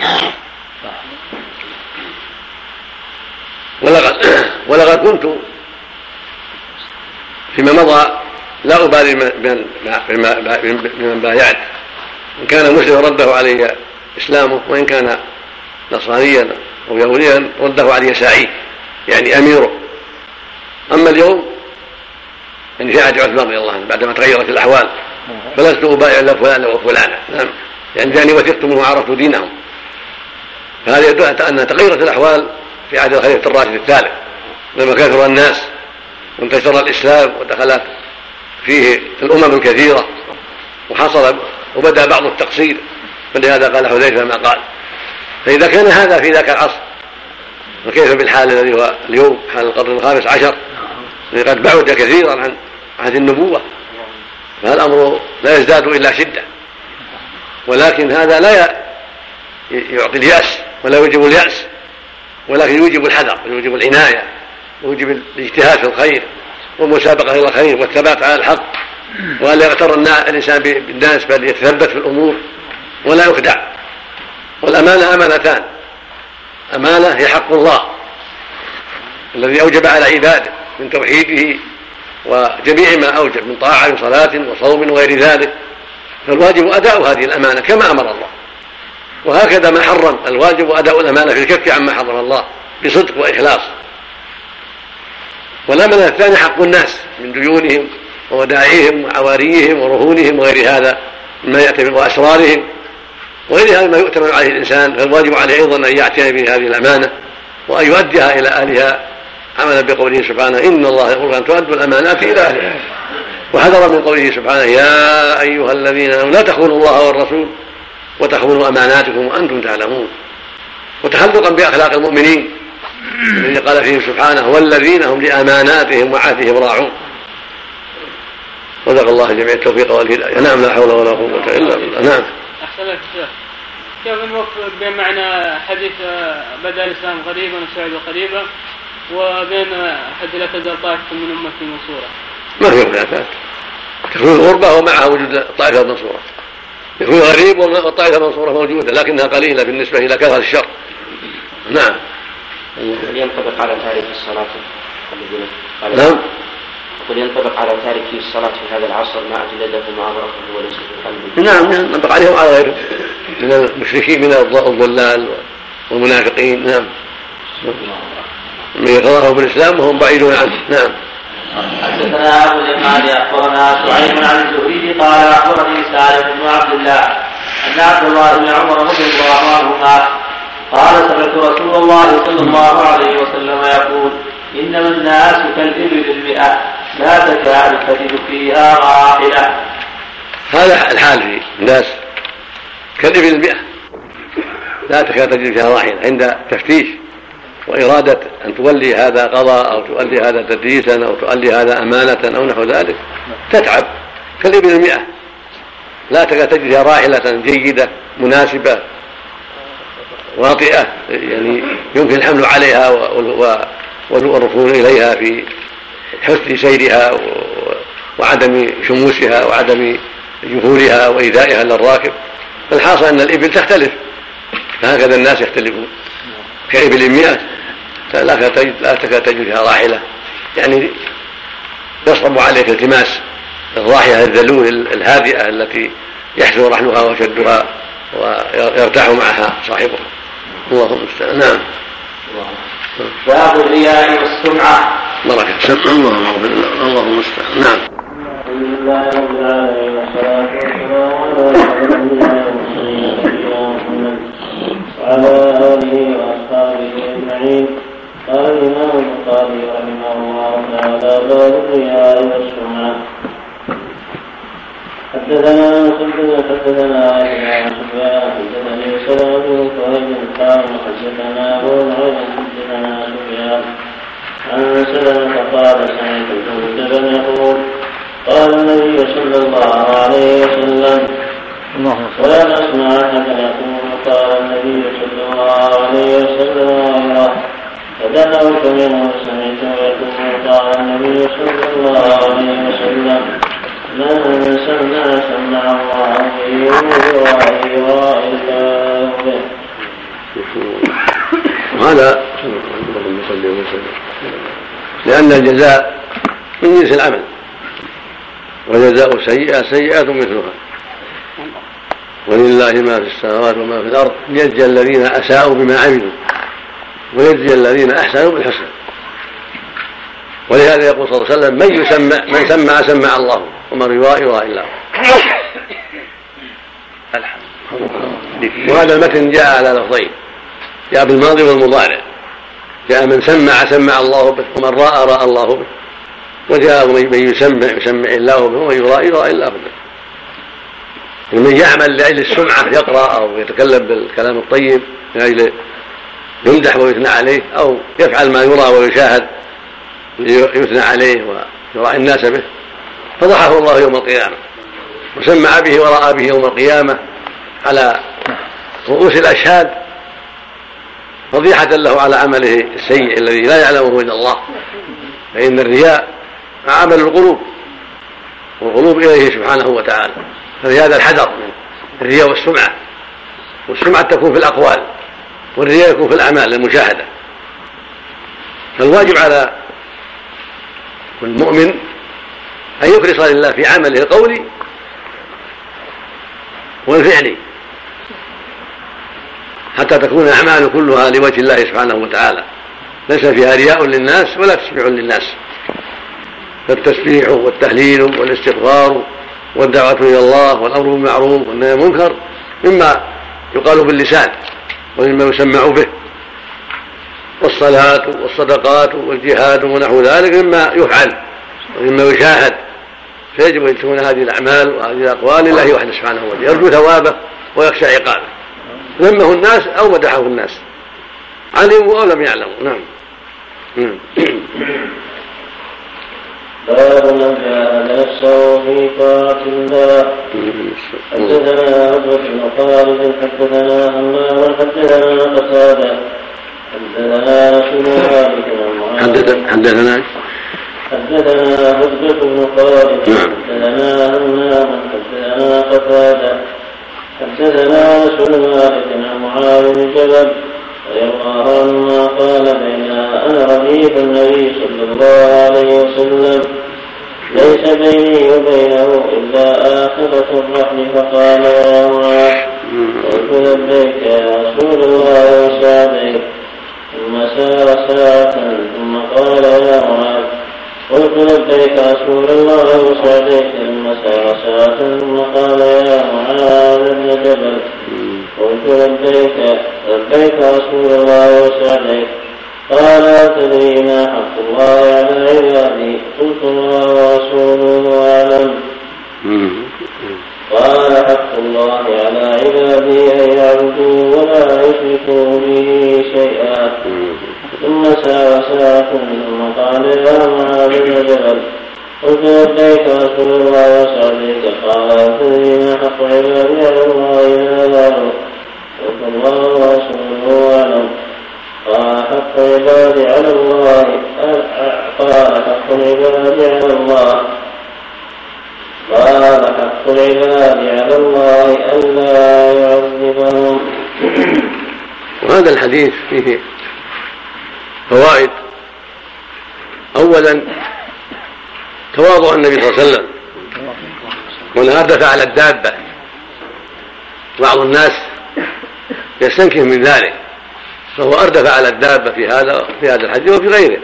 ولقد, ولقد كنت فيما مضى لا أبالي بمن بايعت، إن كان مسلما رده علي إسلامه، وإن كان نصرانيا أو يهوديا رده علي سعيد يعني أميره. أما اليوم يعني في عهد عثمان رضي الله عنه بعدما تغيرت الأحوال فلست أبايع إلا فلان وفلانة، نعم، يعني جاني وثقت منه وعرفت دينهم. فهذا يدل على أن تغيرت الأحوال في عهد الخليفة الراشد الثالث لما كثر الناس وانتشر الإسلام ودخلت فيه الأمم الكثيرة وحصل وبدأ بعض التقصير، فلهذا قال حذيفة ما قال. فإذا كان هذا في ذاك العصر فكيف بالحال الذي هو اليوم حال القرن الخامس عشر الذي قد بعد كثيرا عن عهد النبوة، فالأمر لا يزداد إلا شدة. ولكن هذا لا يعطي اليأس ولا يوجب اليأس، ولكن يوجب الحذر ويوجب العناية ويوجب الاجتهاد في الخير والمسابقة إلى الخير والثبات على الحق، ولا يغتر الإنسان بالناس بل يتثبت في الأمور ولا يخدع. والأمانة أمانتان، أمانة هي حق الله الذي أوجب على عباده من توحيده وجميع ما أوجب من طاعة صلاة وصوم وغير ذلك، فالواجب أداء هذه الأمانة كما أمر الله، وهكذا ما حرم الواجب أداء الأمانة في الكف عما حرم الله بصدق وإخلاص. والأمانة الثانية حق الناس من ديونهم وودائعهم وعواريهم ورهونهم وغير هذا مما يأتي وأسرارهم وغير هذا ما يؤتمن عليه الإنسان، فالواجب عليه أيضا أن يعتني بهذه الأمانة وأن يؤديها إلى أهلها عملا بقوله سبحانه إن الله يقول أن تؤدوا الأمانات إلى أهلها، وحذر من قوله سبحانه يا أيها الذين آمنوا لا تخونوا الله والرسول وتخونوا أماناتكم وأنتم تعلمون، وتخلقا بأخلاق المؤمنين الذي قال فيه سبحانه والذين هم لأماناتهم وعهدهم راعون. وذكر الله جميع التوفيق والهداية. نعم لا حول ولا قوة إلا بالله. نعم. أحسن لك شيخ، كيف نوفق بين معنى حديث بدأ الإسلام غريبا وسيعود قريبا وبين حد لا تزال طائفة من أمة منصورة؟ ما في خلافات، تكون الغربة ومعها وجود الطائفة المنصورة، يكون غريب والطائفة المنصورة موجودة لكنها قليلة بالنسبة إلى كثرة الشر. نعم. ينطبق على تاريخ الصلاة. نعم. يقول ينطبق على تاركي الصلاة في هذا العصر ما أجلده ما أمرته وليس في قلبه. نعم ينطبق عليهم على غيره من المشركين من الضلال والمنافقين. نعم من يقرأه بالإسلام وهم بعيدون عنه. نعم. حدثنا أبو اليمان أخبرنا شعيب عن الزهري قال أخبرني سالم بن عبد الله أن عبد الله بن عمر رضي الله عنهما قال سمعت رسول الله صلى الله عليه وسلم يقول إنما الناس كالإبل المئة لا تكاد تجد فيها راحلة. هذا الحال في الناس كالإبل المئة لا تكاد تجد فيها راحلة عند تفتيش وإرادة أن تولي هذا قضاء أو تولي هذا تدريسا أو تولي هذا أمانة أو نحو ذلك تتعب كالإبل المئة لا تكاد تجد فيها راحلة جيدة مناسبة واطئة يعني يمكن الحمل عليها والركون إليها في حسن سيرها وعدم شموسها وعدم جفورها وإيذائها للراكب. فالحاصل أن الإبل تختلف فهكذا الناس يختلفون كإبل المئة لا تكاد تجد فيها راحلة يعني يصعب عليك التماس الراحلة الذلول الهادئة التي يحسن رحلها وشدها ويرتاح معها صاحبها. اللهم المستعان. نعم. باب الرياء والسمعة. بركة سمع الله اللهم المستعان. نعم. الحمد لله رب العالمين والصلاة والسلام على سيدنا محمد وعلى آله وأصحابه أجمعين. قال الإمام البخاري رحمه الله تعالى باب الرياء والسمعة. حدثنا مسدد حدثنا يحيى عن سفيان حدثني سلمة بن كهيل قال حدثنا أبو نعيم حدثنا سفيان عن سلمة قال سمعت جندبا يقول قال النبي صلى الله عليه وسلم ولا نسمع أحدا يقول قال النبي صلى الله عليه وسلم غيره فدعوت منه سمعت يقول قال النبي صلى الله عليه وسلم من سمع سمع الله به وراء الله به. وهذا لأن الجزاء من جنس العمل وجزاء سيئة سيئة مثلها ولله ما في السماوات وما في الأرض يجزي الذين أساءوا بما عملوا ويجزي الذين أحسنوا بالحسنى. ولهذا يقول صلى الله عليه وسلم من يسمع من سمع سمع الله ومن يراء يراء الله. وهذا المتن جاء على لفظين جاء بالماضي والمضارع جاء من سمع سمع الله به ومن راى راى الله به وجاء من يسمع يسمع الله به ومن يراء يراء الله به. من يعمل لأجل السمعة يقرأ أو يتكلم بالكلام الطيب لأجل يمدح ويثنى عليه أو يفعل ما يرى ويشاهد يثنى عليه ويراء الناس به فضحه الله يوم القيامة وسمع به ورأى به يوم القيامة على رؤوس الأشهاد فضيحة له على عمله السيء الذي لا يعلمه إلا الله. فإن الرياء عمل القلوب والقلوب إليه سبحانه وتعالى. فلهذا الحذر من الرياء والسمعة. والسمعة تكون في الأقوال والرياء يكون في الأعمال المشاهدة. فالواجب على كل مؤمن أن يخلص لله في عمله القولي والفعلي حتى تكون أعماله كلها لوجه الله سبحانه وتعالى ليس فيها رياء للناس ولا تسبيح للناس. فالتسبيح والتهليل والاستغفار والدعوة إلى الله والأمر بالمعروف والنهي عن المنكر مما يقال باللسان ومما يسمع به، والصلاة والصدقات والجهاد ونحو ذلك مما يفعل ومما يشاهد. فيجب أن تكون هذه الأعمال وهذه الأقوال لله وحده سبحانه وتعالى يرجو ثوابه ويخشى عقابه. ذمه الناس أو مدحه الناس علموا أو لم يعلموا. نعم. باب من جاهد نفسه في طاعة الله. حدثنا عبد بن خالد حدثنا همام حدثنا قتادة حدثنا رسول الله حدثنا حدثنا حدثنا عبد بن خالد حدثنا همام حدثنا قتادة حدثنا رسول الله عن معاذ بن جبل رضي الله عنهما قال بينما أنا رديف النبي صلى الله عليه وسلم بيني وبينه إلا آخرة الرحل فقال يا معاذ قلت لبيك يا رسول الله وسعديك ثم سار ساعة ثم قال يا معاذ قلت لبيك رسول الله وسعديك ثم سار ساعة ثم قال يا معاذ بن جبل قلت لبيك لبيك رسول الله وسعديك قال تدري ما حق الله على عباده قلت الله ورسوله أعلم قال حق الله على عباده أن يعبدوا ولا يشركوا به شيئا ثم سار ساعة ثم قال يا معاذ بن جبل قلت لبيك رسول الله وسعديك قال تدري ما حق عباده على الله إذا قلت الله ورسوله أعلم قال حق العباد على الله قال حق العباد على الله قال حق العباد على الله ألا يعذبهم. وهذا الحديث فيه فوائد. أولا تواضع النبي صلى الله عليه وسلم ونهارته على الدابة. بعض الناس يستنكف من ذلك فهو أردف على الدابة في هذا في هذا الحديث وفي غيره.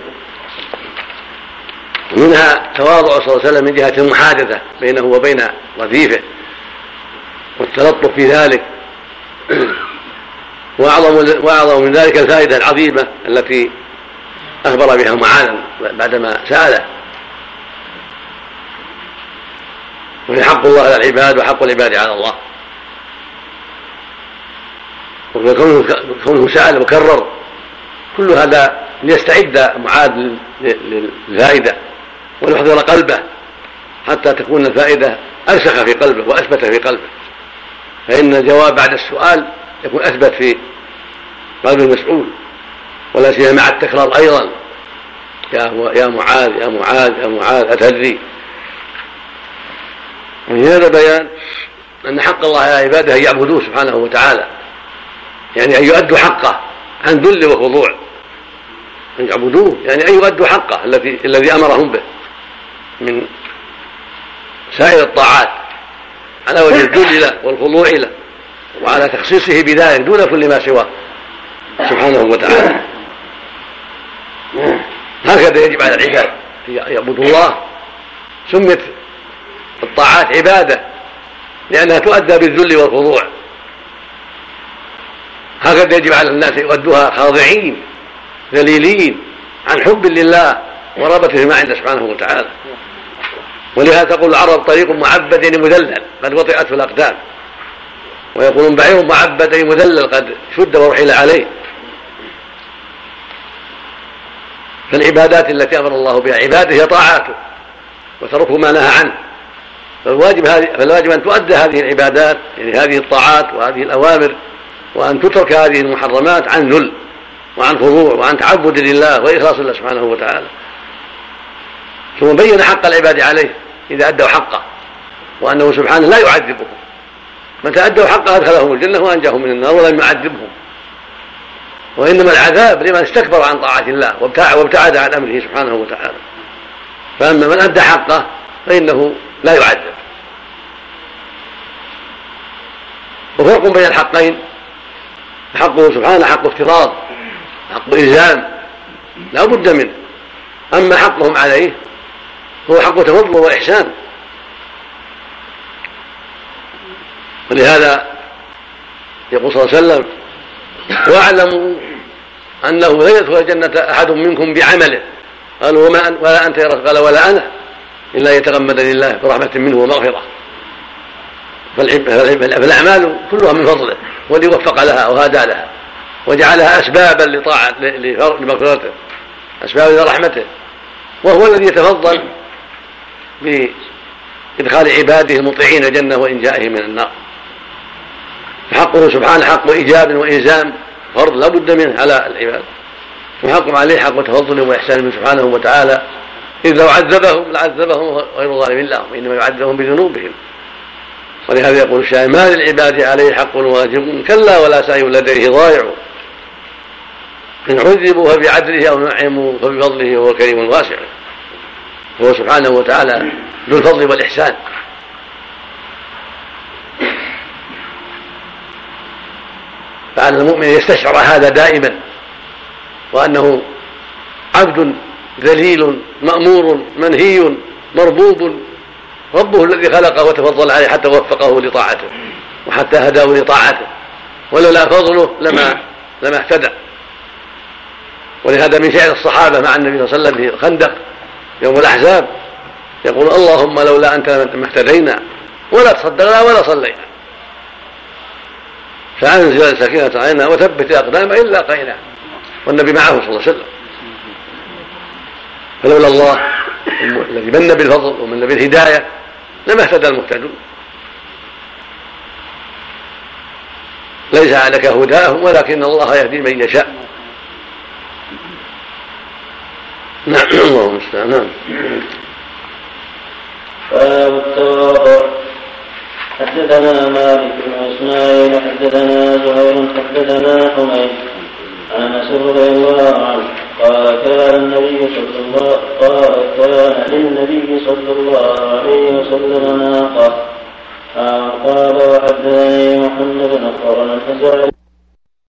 ومنها تواضع صلى الله عليه وسلم من جهة المحادثة بينه وبين رديفه والتلطف في ذلك. وأعظم وأعظم من ذلك الفائدة العظيمة التي أخبر بها معاذ بعدما سأله، وهي حق الله على العباد وحق العباد على الله. وكونه سأل وكرر كل هذا ليستعد معاذ للفائدة وليحضر قلبه حتى تكون الفائدة أرسخ في قلبه وأثبت في قلبه، فإن الجواب بعد السؤال يكون أثبت في قلب المسؤول، ولا سيما مع التكرار أيضا يا يا معاذ يا معاذ يا معاذ أتدري. ومن هذا بيان أن حق الله على عباده أن يعبدوه سبحانه وتعالى، يعني أن يؤدوا حقه عن ذل وخضوع، أن يعبدوه يعني أن يؤدوا حقه الذي الذي أمرهم به من سائر الطاعات على وجه الذل له والخضوع له وعلى تخصيصه بذلك دون كل ما سواه سبحانه وتعالى. هكذا يجب على العباد أن يعبدوا الله. سميت الطاعات عبادة لأنها تؤدى بالذل والخضوع. هكذا يجب على الناس يؤدوها خاضعين ذليلين عن حب لله ورغبة فيما عنده سبحانه وتعالى. ولهذا تقول العرب طريق معبد يعني مذلل قد وطئته الأقدام، ويقولون بعير معبد يعني مذلل قد شد ورحل عليه. فالعبادات التي أمر الله بها عباده هي طاعاته وتركه ما نهى عنه، فالواجب, فالواجب أن تؤدى هذه العبادات يعني هذه الطاعات وهذه الأوامر، وأن تترك هذه المحرمات عن ذل وعن خضوع وعن تعبد لله وإخلاص الله سبحانه وتعالى. ثم بين حق العباد عليه إذا أدوا حقه، وأنه سبحانه لا يعذبهم، متى أدوا حقه أدخلهم الجنة وأنجاهم من النار ولم يعذبهم. وإنما العذاب لمن استكبر عن طاعة الله وابتعد عن أمره سبحانه وتعالى. فأما من أدى حقه فإنه لا يعذب. وفرق بين الحقين، حقه سبحانه حق افتراض حق إلزام لا بد منه، أما حقهم عليه هو حق تفضل وإحسان. ولهذا يقول صلى الله عليه وسلم واعلموا أنه لا يدخل الجنة أحد منكم بعمله، قالوا وما أن ولا أنت يا رسول، قال ولا أنا، إلا يتغمدني الله برحمة منه ومغفرة. فالأعمال كلها من فضله والذي وفق لها وهدى لها وجعلها أسبابا لطاعة لمغفرته، أسبابا لرحمته، وهو الذي يتفضل بإدخال عباده المطيعين الجنة وإنجائهم من النار. فحقه سبحانه حق إيجاب وإلزام فرض لا بد منه على العباد، وحقهم عليه حق تفضل وإحسان من سبحانه وتعالى، إذ لو عذبهم لعذبهم غير ظالم لهم، إنما يعذبهم بذنوبهم. ولهذا يقول الشاعر ما للعباد عليه حق واجب كلا ولا سعي لديه ضائع، إن عذبوا فبعدله أو نعموا فبفضله وهو كريم واسع. هو سبحانه وتعالى ذو الفضل والإحسان. فعلى المؤمن يستشعر هذا دائما، وأنه عبد ذليل مأمور منهي مربوب، ربه الذي خلقه وتفضل عليه حتى وفقه لطاعته وحتى هداه لطاعته، ولولا فضله لما لما اهتدى. ولهذا من شعر الصحابة مع النبي صلى الله عليه وسلم في الخندق يوم الأحزاب يقول: اللهم لولا أنت ما اهتدينا ولا تصدقنا ولا صلينا، فأنزل السكينة علينا وثبت الأقدام إلا قينا. والنبي معه صلى الله عليه وسلم. فلولا الله الذي من بالفضل ومن بالهداية لما اهتدى المهتدون. ليس عليك هداهم ولكن الله يهدي من يشاء. نعم. الله المستعان. نعم. باب التواضع. حدثنا مالك بن اسماعيل حدثنا زهير حدثنا حميد عن انس رضي الله عنه قال كان النبي صلى الله قال كان للنبي صلى الله عليه وسلم ناقة. قال وحدثني محمد بن اخبرنا الفزاري